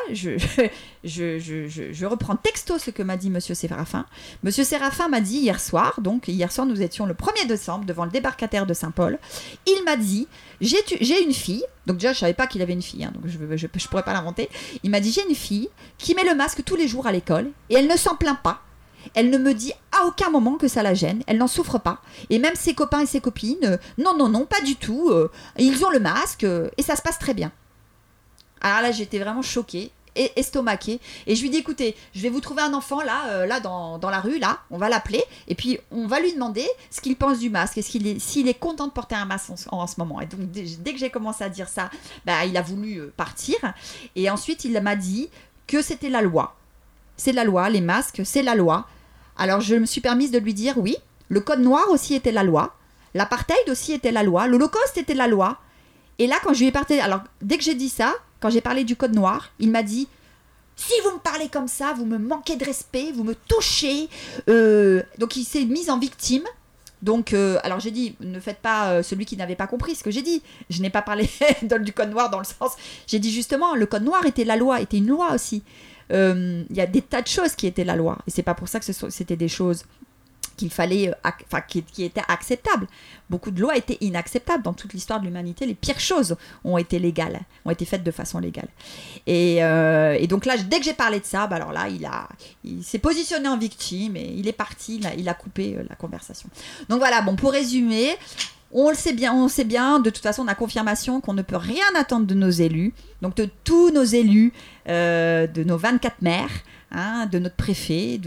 je reprends texto ce que m'a dit Monsieur Séraphin. Monsieur Séraphin m'a dit hier soir nous étions le 1er décembre devant le débarcadère de Saint-Paul, il m'a dit, j'ai une fille, donc déjà je savais pas qu'il avait une fille, hein, donc je pourrais pas l'inventer, il m'a dit j'ai une fille qui met le masque tous les jours à l'école, et elle ne s'en plaint pas. Elle ne me dit à aucun moment que ça la gêne, elle n'en souffre pas. Et même ses copains et ses copines, non, pas du tout. Ils ont le masque et ça se passe très bien. Alors là, j'étais vraiment choquée, estomaquée. Et je lui dis, écoutez, je vais vous trouver un enfant là dans la rue, là, on va l'appeler. Et puis, on va lui demander ce qu'il pense du masque, s'il est content de porter un masque en ce moment. Et donc, dès que j'ai commencé à dire ça, il a voulu partir. Et ensuite, il m'a dit que c'était la loi. C'est la loi, les masques, c'est la loi. Alors je me suis permise de lui dire oui, le code noir aussi était la loi, l'apartheid aussi était la loi, l'Holocauste était la loi. Et là, quand je lui ai parlé, alors dès que j'ai dit ça, quand j'ai parlé du code noir, il m'a dit si vous me parlez comme ça, vous me manquez de respect, vous me touchez. Donc il s'est mis en victime. Donc, alors j'ai dit, ne faites pas celui qui n'avait pas compris ce que j'ai dit. Je n'ai pas parlé du code noir dans le sens. J'ai dit justement, le code noir était la loi, était une loi aussi. Il y a des tas de choses qui étaient la loi. Et c'est pas pour ça que c'était des choses qu'il fallait, qui étaient acceptables. Beaucoup de lois étaient inacceptables dans toute l'histoire de l'humanité. Les pires choses ont été légales, ont été faites de façon légale. Et donc là, dès que j'ai parlé de ça, alors là, il s'est positionné en victime et il est parti, il a coupé la conversation. Donc voilà, bon, pour résumer, on le sait bien, de toute façon, on a confirmation qu'on ne peut rien attendre de nos élus, donc de tous nos élus, de nos 24 maires, de notre préfet,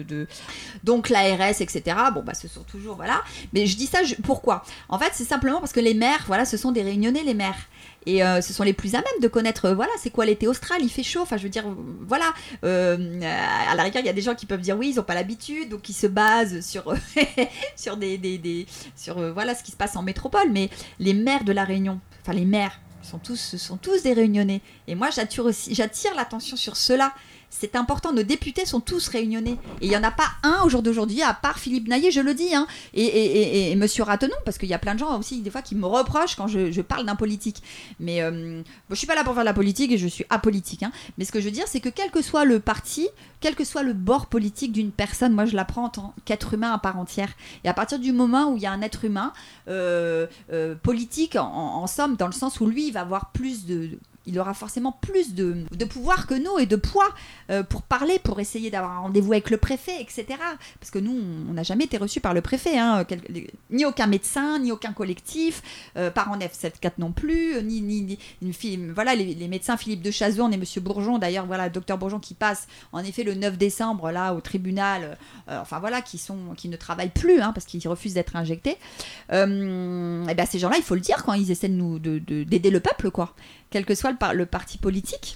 donc l'ARS, etc. Bon, ce sont toujours, voilà. Mais je dis ça, pourquoi ? En fait, c'est simplement parce que les maires, voilà, ce sont des réunionnais, les maires. Et ce sont les plus à même de connaître, voilà, c'est quoi l'été austral, il fait chaud, enfin je veux dire, voilà, à la rigueur il y a des gens qui peuvent dire oui, ils n'ont pas l'habitude, donc ils se basent sur, sur voilà, ce qui se passe en métropole, mais les maires de la Réunion, enfin les maires, ce sont tous des réunionnais, et moi j'attire l'attention sur cela. C'est important, nos députés sont tous réunionnais. Et il n'y en a pas un au jour d'aujourd'hui, à part Philippe Naillet, je le dis, et Monsieur Ratenon, parce qu'il y a plein de gens aussi, des fois, qui me reprochent quand je parle d'un politique. Mais je ne suis pas là pour faire de la politique et je suis apolitique. Mais ce que je veux dire, c'est que quel que soit le parti, quel que soit le bord politique d'une personne, moi je la prends en tant qu'être humain à part entière. Et à partir du moment où il y a un être humain politique, en somme, dans le sens où lui, il va avoir il aura forcément plus de pouvoir que nous et de poids pour parler, pour essayer d'avoir un rendez-vous avec le préfet, etc. Parce que nous, on n'a jamais été reçus par le préfet, ni aucun médecin, ni aucun collectif, pas en F74 non plus, ni voilà, les médecins Philippe de Chazon et Monsieur Bourgeon, d'ailleurs, voilà, le docteur Bourgeon qui passe en effet le 9 décembre là au tribunal, enfin voilà, qui ne travaillent plus parce qu'ils refusent d'être injectés. Et ces gens-là, il faut le dire, quand ils essaient d'aider le peuple, quoi. Quel que soit le parti politique.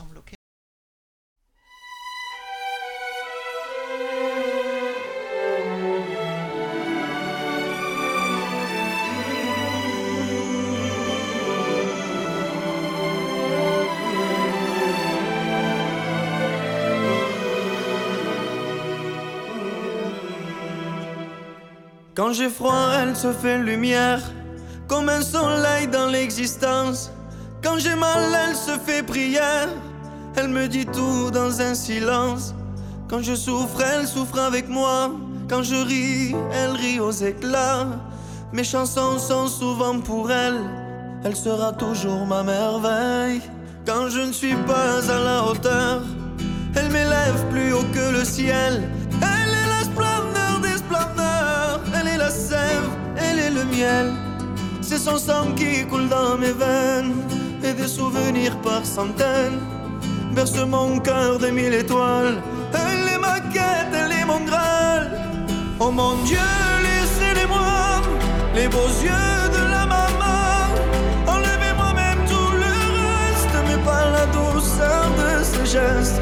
Quand j'ai froid, elle se fait lumière, comme un soleil dans l'existence. Quand j'ai mal, elle se fait prière, elle me dit tout dans un silence. Quand je souffre, elle souffre avec moi. Quand je ris, elle rit aux éclats. Mes chansons sont souvent pour elle, elle sera toujours ma merveille. Quand je ne suis pas à la hauteur, elle m'élève plus haut que le ciel. Elle est la splendeur des splendeurs, elle est la sève, elle est le miel. C'est son sang qui coule dans mes veines, et des souvenirs par centaines berce mon cœur de 1000 étoiles. Elle est ma quête, elle est mon Graal. Oh mon Dieu, laissez-les-moi, les beaux yeux de la maman. Enlevez-moi même tout le reste, mais pas la douceur de ses gestes.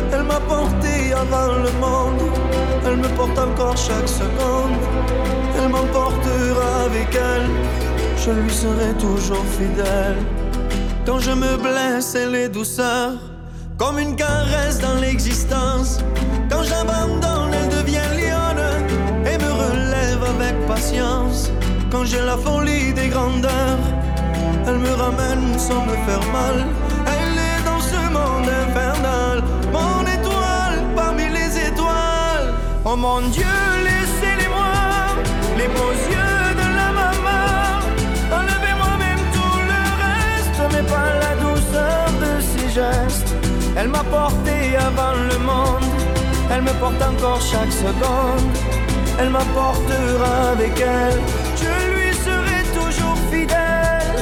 Elle m'a porté avant le monde, elle me porte encore chaque seconde. Elle m'emportera avec elle, je lui serai toujours fidèle. Quand je me blesse, elle est douceur, comme une caresse dans l'existence. Quand j'abandonne, elle devient lionne et me relève avec patience. Quand j'ai la folie des grandeurs, elle me ramène sans me faire mal. Elle est dans ce monde infernal, mon étoile parmi les étoiles. Oh mon Dieu, laissez-les-moi, les beaux yeux de la maman. Enlevez-moi même tout le reste, mais pas la douceur de ses gestes. Elle m'a porté avant le monde, elle me porte encore chaque seconde. Elle m'apportera avec elle, je lui serai toujours fidèle.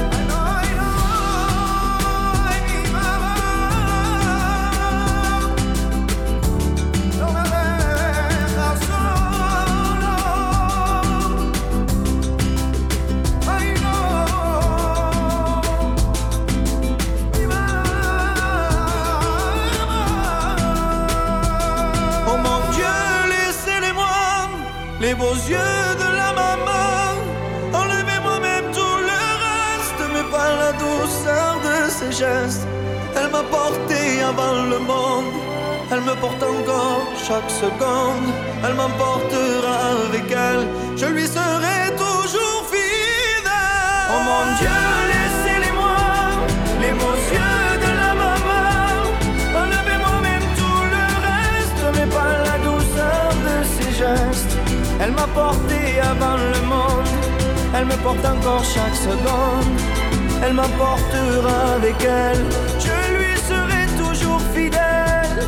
Les beaux yeux de la maman, enlevez-moi même tout le reste, mais pas la douceur de ses gestes. Elle m'a porté avant le monde, elle me porte encore chaque seconde. Elle m'emportera avec elle, je lui serai toujours fidèle. Oh mon Dieu, laissez-les-moi, les beaux yeux de la maman. Enlevez-moi même tout le reste, mais pas la douceur de ses gestes. Elle m'a porté avant le monde, elle me porte encore chaque seconde. Elle m'emportera avec elle, je lui serai toujours fidèle.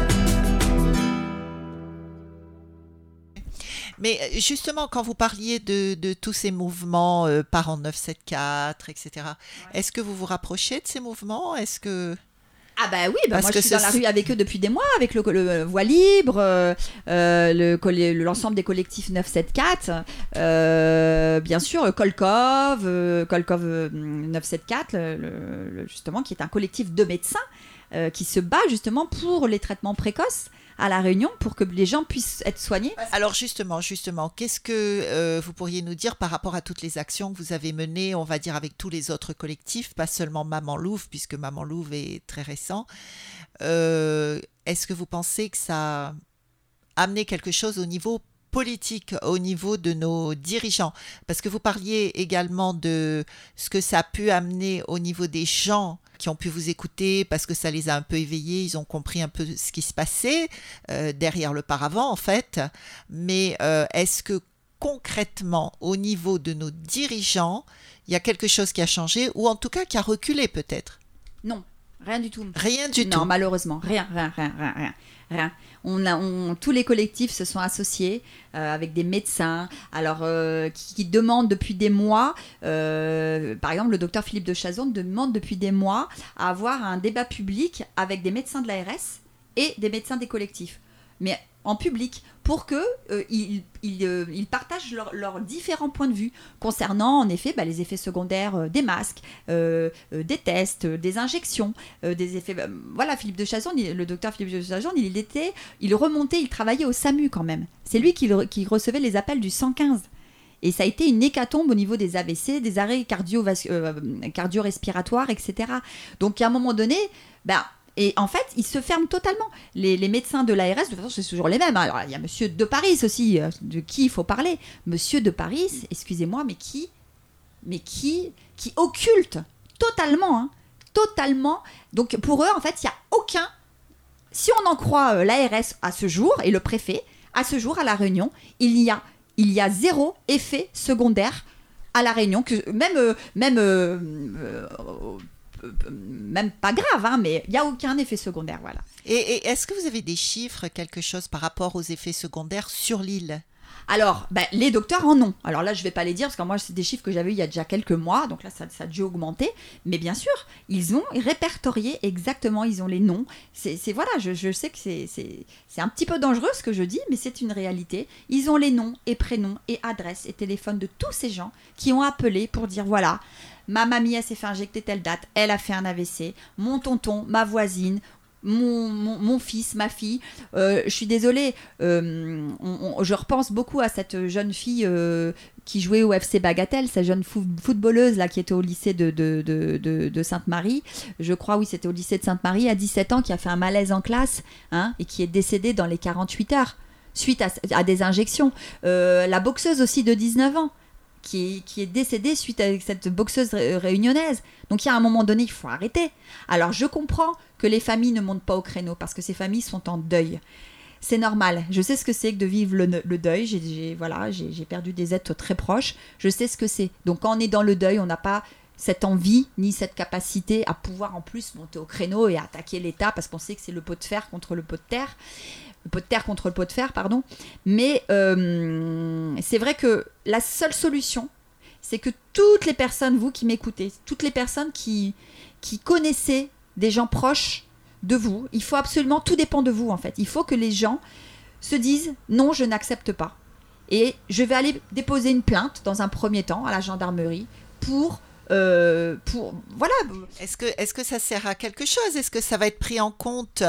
Mais justement, quand vous parliez de tous ces mouvements, Parents 974, etc., est-ce que vous vous rapprochez de ces mouvements ? Est-ce que... Ah bah oui, moi je suis dans la rue avec eux depuis des mois, avec le Voix Libre, l'ensemble des collectifs 974, bien sûr, Kolkov 974, justement, qui est un collectif de médecins qui se bat justement pour les traitements précoces à La Réunion, pour que les gens puissent être soignés. Alors justement, qu'est-ce que vous pourriez nous dire par rapport à toutes les actions que vous avez menées, on va dire avec tous les autres collectifs, pas seulement Maman Louve, puisque Maman Louve est très récent. Est-ce que vous pensez que ça a amené quelque chose au niveau politique, au niveau de nos dirigeants? Parce que vous parliez également de ce que ça a pu amener au niveau des gens qui ont pu vous écouter parce que ça les a un peu éveillés, ils ont compris un peu ce qui se passait derrière le paravent en fait. Mais est-ce que concrètement, au niveau de nos dirigeants, il y a quelque chose qui a changé ou en tout cas qui a reculé peut-être? Non, rien du tout. Rien du tout? Non, malheureusement, rien. Tous les collectifs se sont associés avec des médecins, alors qui demandent depuis des mois, par exemple le docteur Philippe de Chazon demande depuis des mois à avoir un débat public avec des médecins de l'ARS et des médecins des collectifs, mais en public, pour qu'ils partagent leurs différents points de vue concernant en effet les effets secondaires des masques, des tests, des injections, des effets... Voilà, Philippe de Chazon, le docteur Philippe de Chazon, il remontait, il travaillait au SAMU quand même. C'est lui qui recevait les appels du 115. Et ça a été une hécatombe au niveau des AVC, des arrêts cardio-respiratoires, etc. Donc à un moment donné... Et en fait, ils se ferment totalement. Les médecins de l'ARS, de toute façon, c'est toujours les mêmes. Alors, il y a Monsieur de Paris aussi, de qui il faut parler. Monsieur de Paris, excusez-moi, mais qui occulte totalement. Totalement. Donc, pour eux, en fait, il n'y a aucun... Si on en croit l'ARS à ce jour, et le préfet, à ce jour, à La Réunion, il y a zéro effet secondaire à La Réunion, que même pas grave, mais il n'y a aucun effet secondaire, voilà. Et est-ce que vous avez des chiffres, quelque chose par rapport aux effets secondaires sur l'île? Alors, les docteurs en ont. Alors là, je ne vais pas les dire, parce que moi, c'est des chiffres que j'avais eu il y a déjà quelques mois, donc là, ça a dû augmenter. Mais bien sûr, ils ont répertorié exactement, ils ont les noms. Voilà, je sais que c'est un petit peu dangereux ce que je dis, mais c'est une réalité. Ils ont les noms et prénoms et adresses et téléphones de tous ces gens qui ont appelé pour dire, voilà, ma mamie, elle s'est fait injecter telle date, elle a fait un AVC, mon tonton, ma voisine, mon fils, ma fille. Je suis désolée, je repense beaucoup à cette jeune fille qui jouait au FC Bagatelle, cette jeune footballeuse là, qui était au lycée de Sainte-Marie. Je crois, oui, c'était au lycée de Sainte-Marie, à 17 ans, qui a fait un malaise en classe, hein, et qui est décédée dans les 48 heures suite à des injections. La boxeuse aussi de 19 ans, qui est décédée suite à cette boxeuse réunionnaise. Donc il y a un moment donné, il faut arrêter. Alors je comprends que les familles ne montent pas au créneau parce que ces familles sont en deuil. C'est normal. Je sais ce que c'est que de vivre le deuil. J'ai perdu des êtres très proches. Je sais ce que c'est. Donc quand on est dans le deuil, on n'a pas cette envie ni cette capacité à pouvoir en plus monter au créneau et attaquer l'État parce qu'on sait que c'est le pot de fer contre le pot de terre. Le pot de terre contre le pot de fer, pardon. Mais c'est vrai que la seule solution, c'est que toutes les personnes, vous qui m'écoutez, toutes les personnes qui connaissez des gens proches de vous, il faut absolument, tout dépend de vous en fait. Il faut que les gens se disent non, je n'accepte pas. Et je vais aller déposer une plainte dans un premier temps à la gendarmerie pour voilà. Est-ce que ça sert à quelque chose? Est-ce que ça va être pris en compte?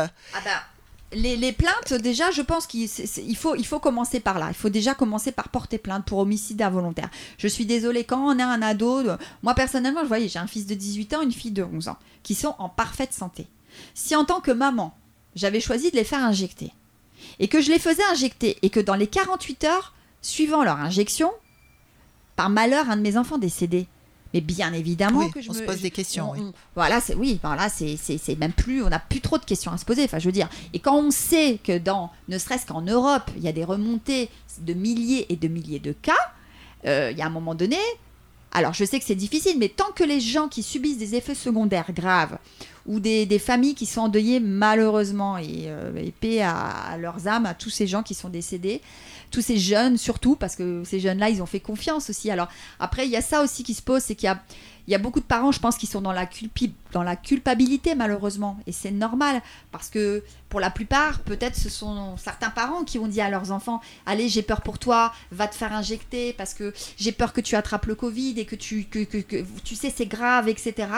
Les plaintes, déjà, je pense qu'il faut commencer par là. Il faut déjà commencer par porter plainte pour homicide involontaire. Je suis désolée, quand on a un ado... Moi, personnellement, j'ai un fils de 18 ans, une fille de 11 ans, qui sont en parfaite santé. Si en tant que maman, j'avais choisi de les faire injecter, et que je les faisais injecter, et que dans les 48 heures suivant leur injection, par malheur, un de mes enfants décédait, mais bien évidemment oui, que on se pose des questions. C'est même plus, on n'a plus trop de questions à se poser. Enfin, je veux dire, et quand on sait que ne serait-ce qu'en Europe, il y a des remontées de milliers et de milliers de cas, il y a un moment donné. Alors, je sais que c'est difficile, mais tant que les gens qui subissent des effets secondaires graves ou des familles qui sont endeuillées malheureusement et paix à leurs âmes, à tous ces gens qui sont décédés, tous ces jeunes surtout, parce que ces jeunes-là, ils ont fait confiance aussi. Alors après, il y a ça aussi qui se pose, c'est qu'il y a beaucoup de parents, je pense, qui sont dans la culpabilité malheureusement, et c'est normal, parce que pour la plupart, peut-être ce sont certains parents qui ont dit à leurs enfants, allez, j'ai peur pour toi, va te faire injecter, parce que j'ai peur que tu attrapes le Covid, et que tu sais, c'est grave, etc.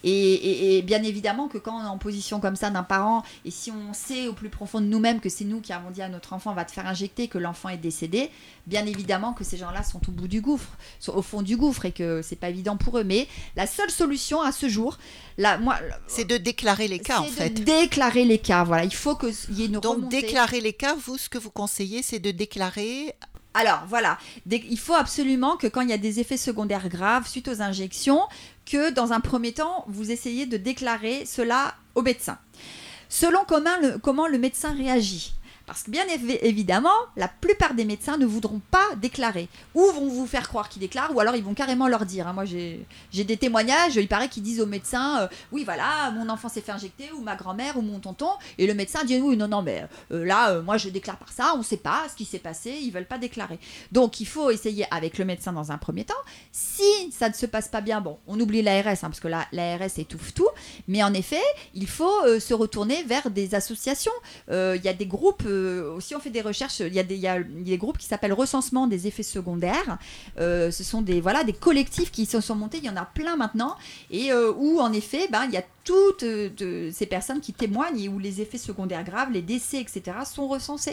Et bien évidemment que quand on est en position comme ça d'un parent, et si on sait au plus profond de nous-mêmes que c'est nous qui avons dit à notre enfant, va te faire injecter, que l'enfant est décédé, bien évidemment que ces gens-là sont au bout du gouffre, sont au fond du gouffre, et que c'est pas évident pour eux. Mais la seule solution à ce jour, c'est de déclarer les cas, en fait. Déclarer les cas, voilà. Il faut qu'il y ait une remontée. Donc, déclarer les cas, vous, ce que vous conseillez, c'est de déclarer... Alors, voilà. Il faut absolument que quand il y a des effets secondaires graves suite aux injections, que dans un premier temps, vous essayez de déclarer cela au médecin. Selon comment le médecin réagit. Parce que bien évidemment, la plupart des médecins ne voudront pas déclarer. Ou vont vous faire croire qu'ils déclarent, ou alors ils vont carrément leur dire. Moi, j'ai des témoignages, il paraît qu'ils disent aux médecins, oui, voilà, mon enfant s'est fait injecter, ou ma grand-mère, ou mon tonton. Et le médecin dit, oui, non, mais moi, je déclare par ça, on ne sait pas ce qui s'est passé, ils ne veulent pas déclarer. Donc, il faut essayer avec le médecin dans un premier temps. Si ça ne se passe pas bien, bon, on oublie l'ARS, parce que l'ARS étouffe tout. Mais en effet, il faut se retourner vers des associations. Il y a des groupes... aussi on fait des recherches, il y a des groupes qui s'appellent recensement des effets secondaires, ce sont des collectifs qui se sont montés, il y en a plein maintenant, et où en effet il y a toutes ces personnes qui témoignent et où les effets secondaires graves, les décès, etc. sont recensés.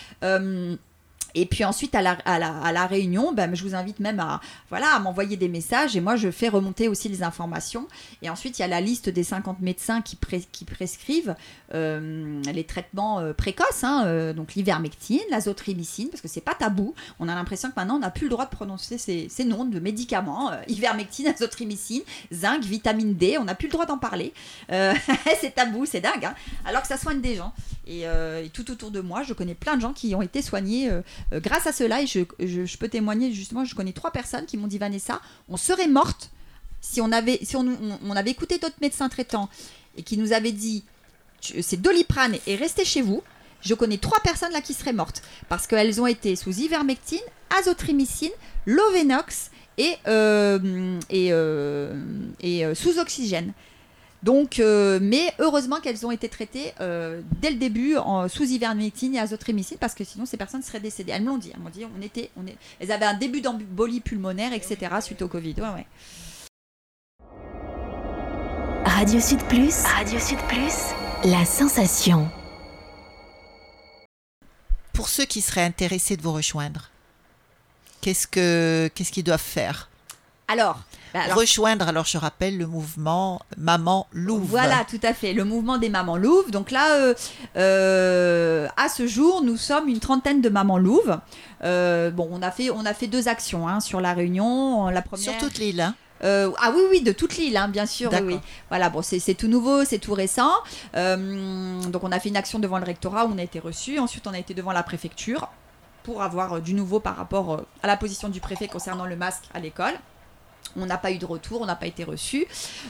Et puis ensuite, à la réunion, je vous invite même à m'envoyer des messages, et moi, je fais remonter aussi les informations. Et ensuite, il y a la liste des 50 médecins qui prescrivent les traitements précoces, donc l'ivermectine, l'azothromycine, parce que c'est pas tabou. On a l'impression que maintenant, on n'a plus le droit de prononcer ces noms de médicaments. Ivermectine, azothromycine, zinc, vitamine D, on n'a plus le droit d'en parler. C'est tabou, c'est dingue, alors que ça soigne des gens. Et tout autour de moi, je connais plein de gens qui ont été soignés grâce à cela, et je peux témoigner, justement, je connais 3 personnes qui m'ont dit, Vanessa, on serait morte si on avait écouté d'autres médecins traitants et qui nous avaient dit, c'est Doliprane et restez chez vous. Je connais 3 personnes là qui seraient mortes parce qu'elles ont été sous ivermectine, azothromycine, Lovenox et sous oxygène. Donc, mais heureusement qu'elles ont été traitées dès le début sous ivermectine et azothromycine, parce que sinon ces personnes seraient décédées. Elles me l'ont dit. Elles m'ont dit, elles avaient un début d'embolie pulmonaire, etc. suite au Covid. Ouais. Radio Sud Plus. Radio Sud Plus. La sensation. Pour ceux qui seraient intéressés de vous rejoindre, qu'est-ce qu'ils doivent faire? Alors, rejoindre, alors je rappelle, le mouvement Maman Louve. Voilà, tout à fait, le mouvement des mamans louves. Donc là, à ce jour, nous sommes une trentaine de mamans louves. On a fait 2 actions sur la Réunion. La première... Sur toute l'île, hein? Oui, de toute l'île, bien sûr. Oui. Voilà, bon, c'est tout nouveau, c'est tout récent. Donc on a fait une action devant le rectorat où on a été reçus. Ensuite, on a été devant la préfecture pour avoir du nouveau par rapport à la position du préfet concernant le masque à l'école. On n'a pas eu de retour, on n'a pas été reçus.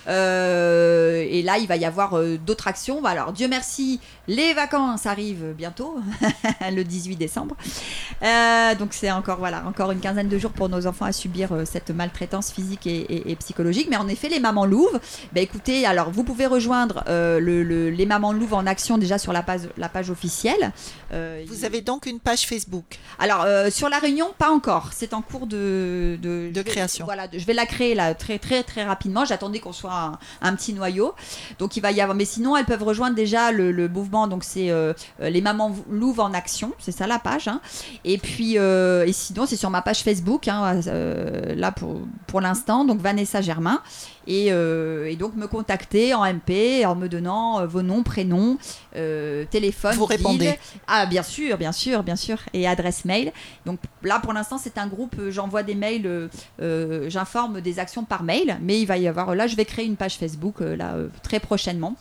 Et là, il va y avoir d'autres actions. Alors, Dieu merci, les vacances arrivent bientôt, le 18 décembre. Donc, c'est encore une quinzaine de jours pour nos enfants à subir cette maltraitance physique et psychologique. Mais en effet, les mamans louves, écoutez, alors vous pouvez rejoindre les mamans louves en action déjà sur la page officielle. Vous avez donc une page Facebook? Alors, sur la Réunion, pas encore. C'est en cours de création. Voilà, je vais la créer là très très très rapidement. J'attendais qu'on soit un petit noyau. Donc il va y avoir, mais sinon elles peuvent rejoindre déjà le mouvement. Donc c'est les mamans louves en action, c'est ça la page. Et puis et sinon c'est sur ma page Facebook là pour l'instant. Donc Vanessa Germain. Et donc me contacter en MP en me donnant vos noms, prénoms, téléphone. Vous répondez? Ah bien sûr, et adresse mail. Donc là pour l'instant c'est un groupe, j'envoie des mails, j'informe des actions par mail, mais il va y avoir, là je vais créer une page Facebook très prochainement.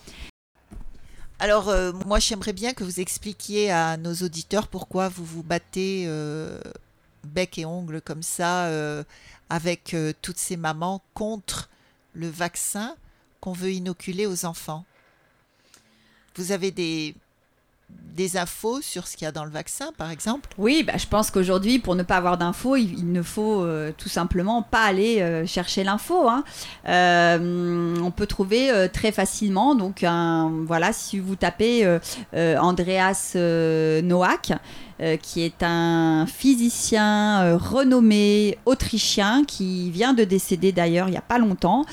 Alors moi j'aimerais bien que vous expliquiez à nos auditeurs pourquoi vous vous battez bec et ongles comme ça avec toutes ces mamans contre le vaccin qu'on veut inoculer aux enfants. Vous avez des infos sur ce qu'il y a dans le vaccin, par exemple? Oui, je pense qu'aujourd'hui, pour ne pas avoir d'infos, il ne faut tout simplement pas aller chercher l'info. On peut trouver très facilement, donc si vous tapez Andreas Noack, qui est un physicien renommé autrichien qui vient de décéder d'ailleurs il n'y a pas longtemps,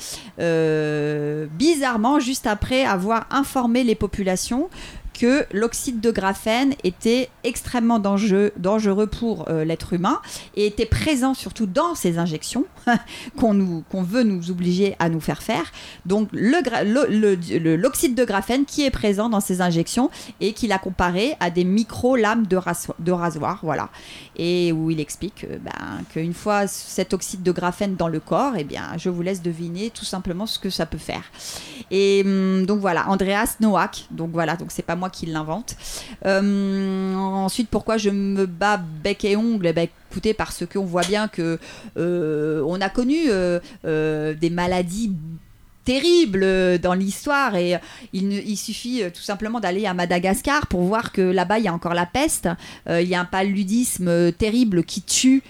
bizarrement juste après avoir informé les populations que l'oxyde de graphène était extrêmement dangereux pour l'être humain et était présent surtout dans ces injections qu'on veut nous obliger à nous faire faire. Donc l'oxyde de graphène qui est présent dans ces injections et qu'il a comparé à des micro-lames de rasoir, voilà. Et où il explique qu'une fois cet oxyde de graphène dans le corps, je vous laisse deviner tout simplement ce que ça peut faire. Et donc voilà, Andreas Noack, donc c'est pas moi qui l'invente. Ensuite, pourquoi je me bats bec et ongles? Écoutez, parce qu'on voit bien que on a connu des maladies terribles dans l'histoire et il suffit tout simplement d'aller à Madagascar pour voir que là-bas il y a encore la peste, il y a un paludisme terrible qui tue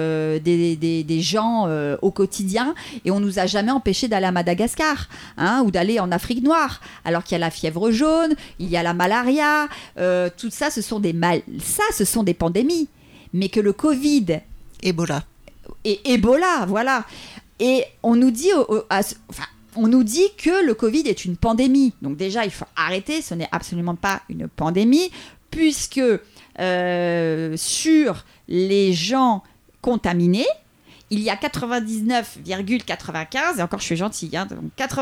des gens au quotidien et on nous a jamais empêché d'aller à Madagascar ou d'aller en Afrique noire alors qu'il y a la fièvre jaune, il y a la malaria, tout ça ce sont des pandémies, mais que le Covid, Ebola, voilà, et on nous dit on nous dit que le Covid est une pandémie. Donc déjà, il faut arrêter, ce n'est absolument pas une pandémie, puisque sur les gens contaminés, il y a 99,95%, et encore je suis gentille, donc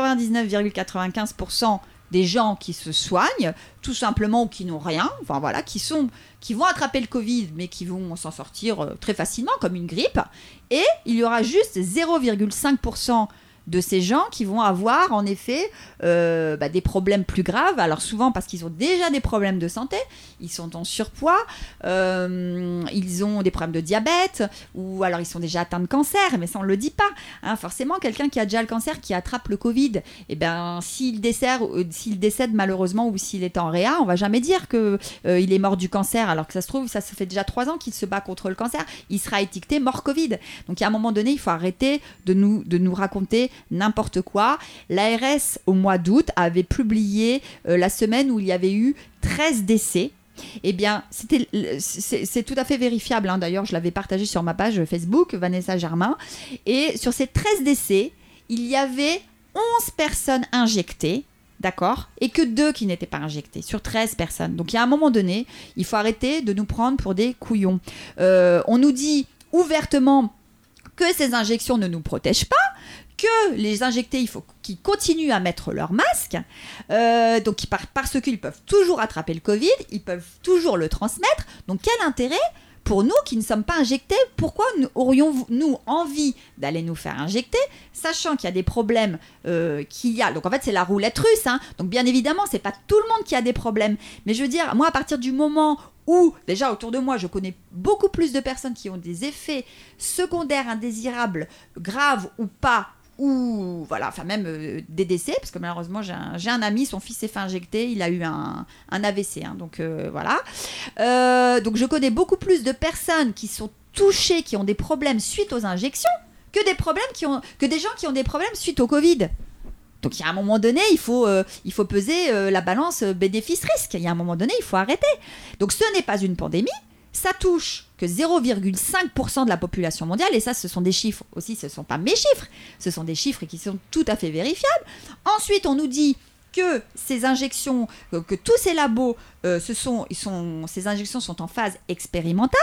99,95% des gens qui se soignent, tout simplement, ou qui n'ont rien, qui vont attraper le Covid, mais qui vont s'en sortir très facilement, comme une grippe, et il y aura juste 0,5% de ces gens qui vont avoir en effet des problèmes plus graves, alors souvent parce qu'ils ont déjà des problèmes de santé, ils sont en surpoids, ils ont des problèmes de diabète, ou alors ils sont déjà atteints de cancer, mais ça on le dit pas, forcément quelqu'un qui a déjà le cancer, qui attrape le Covid, s'il décède malheureusement ou s'il est en réa, on va jamais dire que il est mort du cancer, alors que ça se trouve, ça fait déjà 3 ans qu'il se bat contre le cancer, il sera étiqueté mort Covid. Donc à un moment donné, il faut arrêter de nous raconter n'importe quoi. L'ARS au mois d'août avait publié la semaine où il y avait eu 13 décès. C'est tout à fait vérifiable, d'ailleurs je l'avais partagé sur ma page Facebook Vanessa Germain, et sur ces 13 décès il y avait 11 personnes injectées d'accord, et que 2 qui n'étaient pas injectés sur 13 personnes. Donc, il y a un moment donné, il faut arrêter de nous prendre pour des couillons. On nous dit ouvertement que ces injections ne nous protègent pas, que les injectés, il faut qu'ils continuent à mettre leur masque, donc parce qu'ils peuvent toujours attraper le Covid, ils peuvent toujours le transmettre. Donc, quel intérêt pour nous qui ne sommes pas injectés? Pourquoi aurions-nous envie d'aller nous faire injecter, sachant qu'il y a des problèmes qu'il y a. Donc en fait, c'est la roulette russe. Hein. Donc bien évidemment, c'est pas tout le monde qui a des problèmes. Mais je veux dire, moi, à partir du moment où, déjà autour de moi, je connais beaucoup plus de personnes qui ont des effets secondaires indésirables, graves ou pas, ou voilà, enfin même des décès, parce que malheureusement j'ai un ami, son fils s'est fait injecter, il a eu un AVC, hein, donc voilà. Donc je connais beaucoup plus de personnes qui sont touchées, qui ont des problèmes suite aux injections, que des gens qui ont des problèmes suite au Covid. Donc il y a un moment donné, il faut peser la balance bénéfice-risque. Il y a un moment donné, il faut arrêter. Donc ce n'est pas une pandémie. Ça touche que 0,5% de la population mondiale, et ça, ce sont des chiffres aussi, ce ne sont pas mes chiffres, ce sont des chiffres qui sont tout à fait vérifiables. Ensuite, on nous dit que ces injections, que tous ces labos, ces injections sont en phase expérimentale,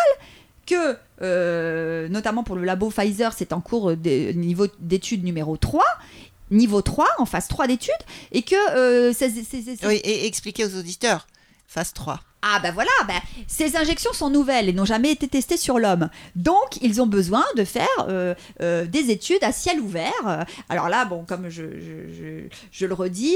que, notamment pour le labo Pfizer, c'est en cours de niveau d'étude numéro 3, niveau 3, en phase 3 d'études, et que... Oui, et expliquer aux auditeurs, phase 3. Ah ben voilà, ces injections sont nouvelles et n'ont jamais été testées sur l'homme. Donc, ils ont besoin de faire des études à ciel ouvert. Alors là, bon, comme je le redis,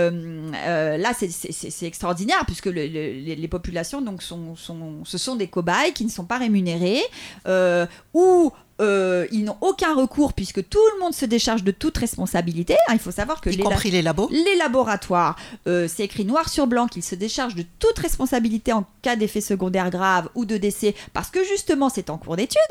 là, c'est extraordinaire puisque les populations donc, ce sont des cobayes qui ne sont pas rémunérés ou... ils n'ont aucun recours puisque tout le monde se décharge de toute responsabilité. Hein, il faut savoir que y compris les labos. Les laboratoires, c'est écrit noir sur blanc qu'ils se déchargent de toute responsabilité en cas d'effet secondaire grave ou de décès parce que justement c'est en cours d'étude.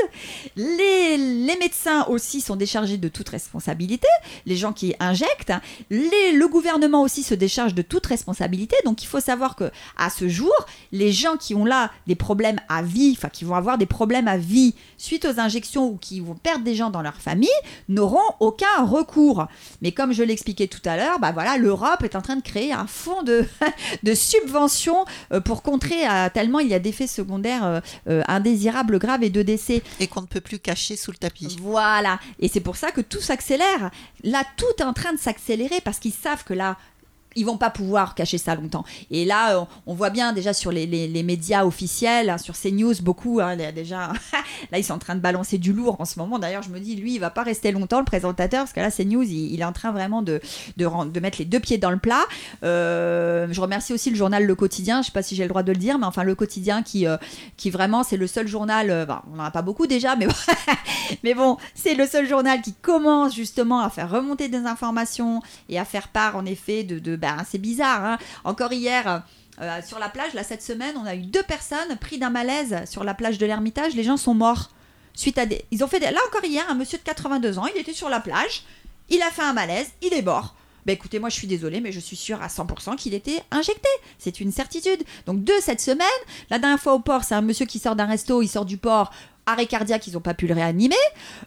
Les médecins aussi sont déchargés de toute responsabilité. Les gens qui injectent, le gouvernement aussi se décharge de toute responsabilité. Donc il faut savoir que à ce jour, les gens qui ont là des problèmes à vie, enfin qui vont avoir des problèmes à vie suite aux injections ou qui vont perdre des gens dans leur famille, n'auront aucun recours. Mais comme je l'expliquais tout à l'heure, voilà, l'Europe est en train de créer un fonds de subventions pour contrer tellement il y a d'effets secondaires indésirables, graves et de décès. Et qu'on ne peut plus cacher sous le tapis. Voilà. Et c'est pour ça que tout s'accélère. Là, tout est en train de s'accélérer parce qu'ils savent que là, ils vont pas pouvoir cacher ça longtemps. Et là, on voit bien déjà sur les médias officiels, hein, sur CNews, beaucoup, hein, déjà, là, ils sont en train de balancer du lourd en ce moment. D'ailleurs, je me dis, lui, il va pas rester longtemps, le présentateur, parce que là, CNews, il est en train vraiment de mettre les deux pieds dans le plat. Je remercie aussi le journal Le Quotidien, je sais pas si j'ai le droit de le dire, mais enfin, Le Quotidien qui vraiment, c'est le seul journal, on en a pas beaucoup déjà, mais mais bon, c'est le seul journal qui commence justement à faire remonter des informations et à faire part, en effet, c'est bizarre. Hein. Encore hier, sur la plage, là, cette semaine, on a eu 2 personnes prises d'un malaise sur la plage de l'Ermitage. Les gens sont morts. Suite à ils ont fait là encore hier, un monsieur de 82 ans, il était sur la plage, il a fait un malaise, il est mort. Écoutez, moi je suis désolée, mais je suis sûre à 100% qu'il était injecté. C'est une certitude. Donc 2 cette semaine. La dernière fois au port, c'est un monsieur qui sort d'un resto, il sort du port. Arrêt cardiaque, ils n'ont pas pu le réanimer.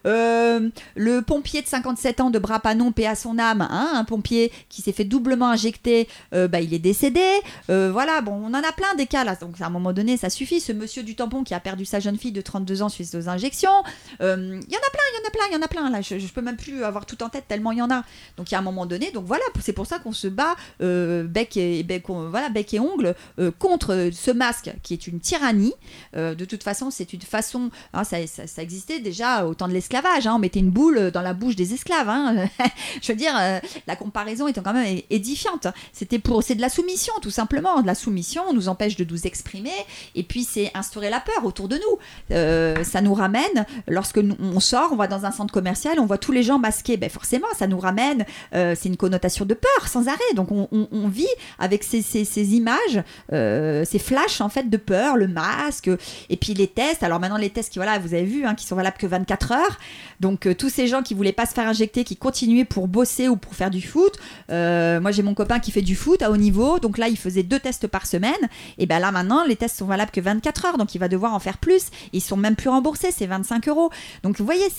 Le pompier de 57 ans de Bras-Panon, paix à son âme, hein, un pompier qui s'est fait doublement injecter, il est décédé. Voilà, bon, on en a plein des cas là. Donc à un moment donné, ça suffit. Ce monsieur du tampon qui a perdu sa jeune fille de 32 ans suite aux injections. Il y en a plein. Là, je peux même plus avoir tout en tête tellement il y en a. Donc il y a un moment donné, donc voilà, c'est pour ça qu'on se bat bec et ongle contre ce masque qui est une tyrannie. De toute façon, c'est une façon. Hein, ça existait déjà au temps de l'esclavage. Hein, on mettait une boule dans la bouche des esclaves. Hein. Je veux dire, la comparaison étant quand même édifiante. C'est de la soumission, tout simplement. De la soumission, on nous empêche de nous exprimer. Et puis, c'est instaurer la peur autour de nous. Ça nous ramène, lorsque on sort, on va dans un centre commercial, on voit tous les gens masqués. Forcément, ça nous ramène, c'est une connotation de peur, sans arrêt. Donc, on vit avec ces images, ces flashs, en fait, de peur, le masque. Et puis, les tests. Alors, maintenant, les tests qui, voilà, vous avez vu, hein, qui sont valables que 24 heures. Donc, tous ces gens qui voulaient pas se faire injecter, qui continuaient pour bosser ou pour faire du foot. Moi, j'ai mon copain qui fait du foot à haut niveau. Donc là, il faisait 2 tests par semaine. Et là, maintenant, les tests sont valables que 24 heures. Donc, il va devoir en faire plus. Ils sont même plus remboursés. C'est 25 €. Donc, vous voyez,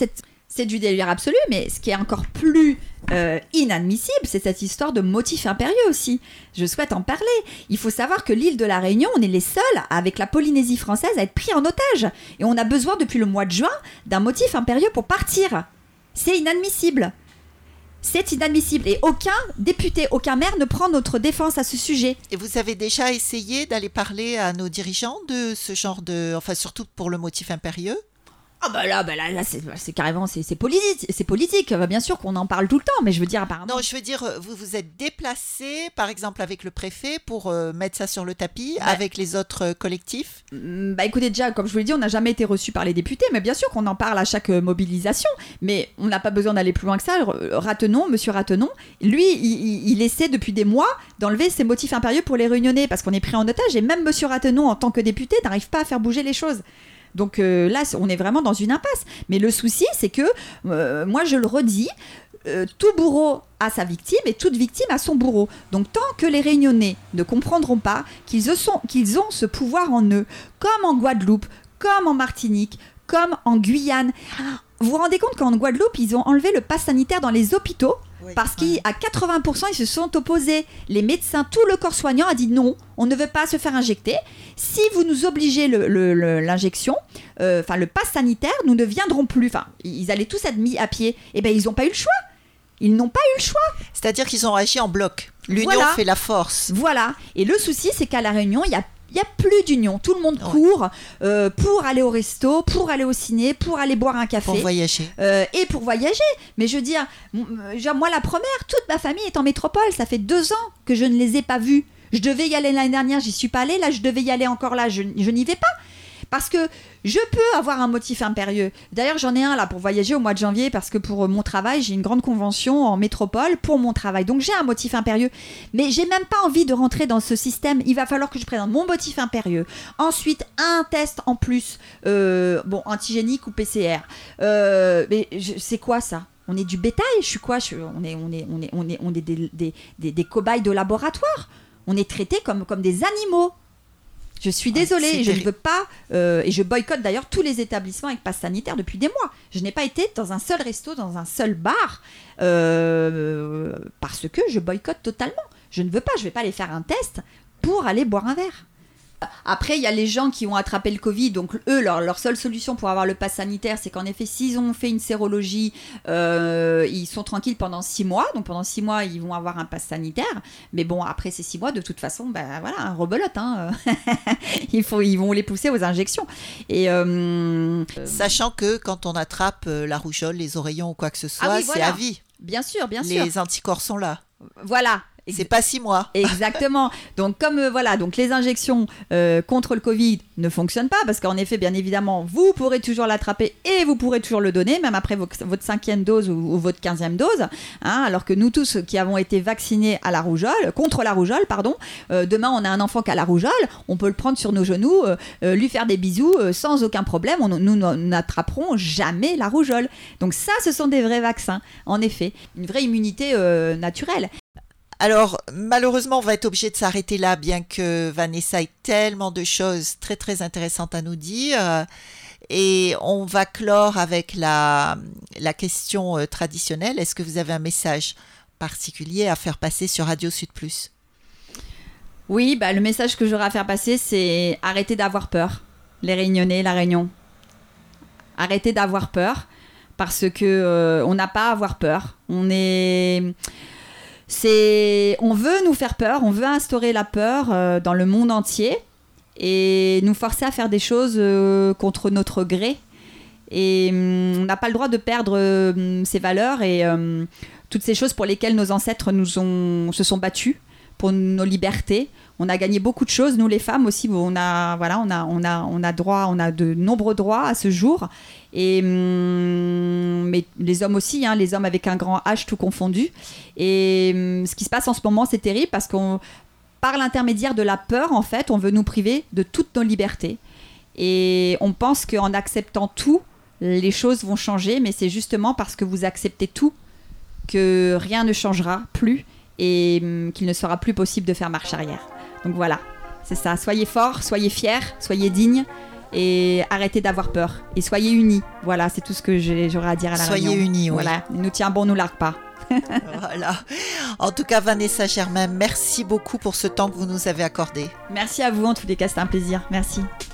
c'est du délire absolu, mais ce qui est encore plus inadmissible, c'est cette histoire de motifs impérieux aussi. Je souhaite en parler. Il faut savoir que l'île de la Réunion, on est les seuls, avec la Polynésie française, à être pris en otage. Et on a besoin, depuis le mois de juin, d'un motif impérieux pour partir. C'est inadmissible. C'est inadmissible. Et aucun député, aucun maire ne prend notre défense à ce sujet. Et vous avez déjà essayé d'aller parler à nos dirigeants de ce genre de... Enfin, surtout pour le motif impérieux ? Ah bah là c'est carrément c'est politique. Bien sûr qu'on en parle tout le temps, mais je veux dire apparemment. Non, je veux dire, vous vous êtes déplacé, par exemple avec le préfet, pour mettre ça sur le tapis avec les autres collectifs. Bah écoutez, déjà comme je vous l'ai dit, on n'a jamais été reçu par les députés, mais bien sûr qu'on en parle à chaque mobilisation, mais on n'a pas besoin d'aller plus loin que ça. Monsieur Ratenon, lui, il essaie depuis des mois d'enlever ces motifs impérieux pour les Réunionnais parce qu'on est pris en otage, et même Monsieur Ratenon en tant que député n'arrive pas à faire bouger les choses. Donc là, on est vraiment dans une impasse. Mais le souci, c'est que, moi je le redis, tout bourreau a sa victime et toute victime a son bourreau. Donc tant que les Réunionnais ne comprendront pas qu'ils ont ce pouvoir en eux, comme en Guadeloupe, comme en Martinique, comme en Guyane. Vous vous rendez compte qu'en Guadeloupe, ils ont enlevé le pass sanitaire dans les hôpitaux parce qu'à 80%, ils se sont opposés. Les médecins, tout le corps soignant a dit non, on ne veut pas se faire injecter. Si vous nous obligez l'injection, le pass sanitaire, nous ne viendrons plus. Enfin, ils allaient tous être mis à pied. Eh bien, ils n'ont pas eu le choix. Ils n'ont pas eu le choix. C'est-à-dire qu'ils ont agi en bloc. L'union fait la force. Voilà. Et le souci, c'est qu'à La Réunion, il n'y a plus d'union. Tout le monde court pour aller au resto, pour aller au ciné, pour aller boire un café. Pour voyager. Et pour voyager. Mais je veux dire, moi la première, toute ma famille est en métropole. Ça fait 2 ans que je ne les ai pas vus. Je devais y aller l'année dernière, j'y suis pas allée. Là, je devais y aller encore là, je n'y vais pas. Parce que je peux avoir un motif impérieux. D'ailleurs, j'en ai un là pour voyager au mois de janvier parce que pour mon travail, j'ai une grande convention en métropole pour mon travail. Donc, j'ai un motif impérieux. Mais j'ai même pas envie de rentrer dans ce système. Il va falloir que je présente mon motif impérieux. Ensuite, un test en plus, antigénique ou PCR. Mais c'est quoi ça ? On est du bétail ? Je suis quoi ? On est des cobayes de laboratoire. On est traités comme des animaux. Je suis désolée, je ne veux pas, et je boycotte d'ailleurs tous les établissements avec passe sanitaire depuis des mois. Je n'ai pas été dans un seul resto, dans un seul bar, parce que je boycotte totalement. Je ne veux pas, je ne vais pas aller faire un test pour aller boire un verre. Après, il y a les gens qui ont attrapé le Covid, donc eux, leur seule solution pour avoir le pass sanitaire, c'est qu'en effet, s'ils ont fait une sérologie, ils sont tranquilles pendant 6 mois. Donc pendant 6 mois, ils vont avoir un pass sanitaire. Mais bon, après ces 6 mois, de toute façon, un rebelote. Ils vont les pousser aux injections. Et sachant que quand on attrape la rougeole, les oreillons ou quoi que ce soit, c'est à vie. Bien sûr. Les anticorps sont là. Voilà. C'est pas 6 mois. Exactement. Donc donc les injections contre le Covid ne fonctionnent pas parce qu'en effet, bien évidemment, vous pourrez toujours l'attraper et vous pourrez toujours le donner, même après votre 5e dose ou votre 15e dose. Alors que nous tous qui avons été vaccinés à la rougeole, contre la rougeole, demain on a un enfant qui a la rougeole, on peut le prendre sur nos genoux, lui faire des bisous sans aucun problème. Nous n'attraperons jamais la rougeole. Donc ça, ce sont des vrais vaccins. En effet, une vraie immunité naturelle. Alors, malheureusement, on va être obligé de s'arrêter là, bien que Vanessa ait tellement de choses très, très intéressantes à nous dire. Et on va clore avec la question traditionnelle. Est-ce que vous avez un message particulier à faire passer sur Radio Sud Plus ? Oui, le message que j'aurai à faire passer, c'est arrêtez d'avoir peur. Les Réunionnais, la Réunion. Arrêtez d'avoir peur, parce que on n'a pas à avoir peur. On veut nous faire peur, on veut instaurer la peur dans le monde entier et nous forcer à faire des choses contre notre gré. Et on n'a pas le droit de perdre ces valeurs et toutes ces choses pour lesquelles nos ancêtres se sont battus pour nos libertés. On a gagné beaucoup de choses, nous les femmes aussi. On a de nombreux droits à ce jour. Mais les hommes aussi, les hommes avec un grand H tout confondu. Et ce qui se passe en ce moment, c'est terrible parce par l'intermédiaire de la peur, en fait, on veut nous priver de toutes nos libertés. Et on pense qu'en acceptant tout, les choses vont changer. Mais c'est justement parce que vous acceptez tout que rien ne changera plus et qu'il ne sera plus possible de faire marche arrière. Donc voilà, c'est ça. Soyez forts, soyez fiers, soyez dignes. et arrêtez d'avoir peur. Et soyez unis. Voilà, c'est tout ce que j'aurais à dire à la réunion. Soyez unis, oui. Voilà, nous tient bon, nous largue pas. Voilà. En tout cas, Vanessa Germain, merci beaucoup pour ce temps que vous nous avez accordé. Merci à vous, en tous les cas, c'était un plaisir. Merci.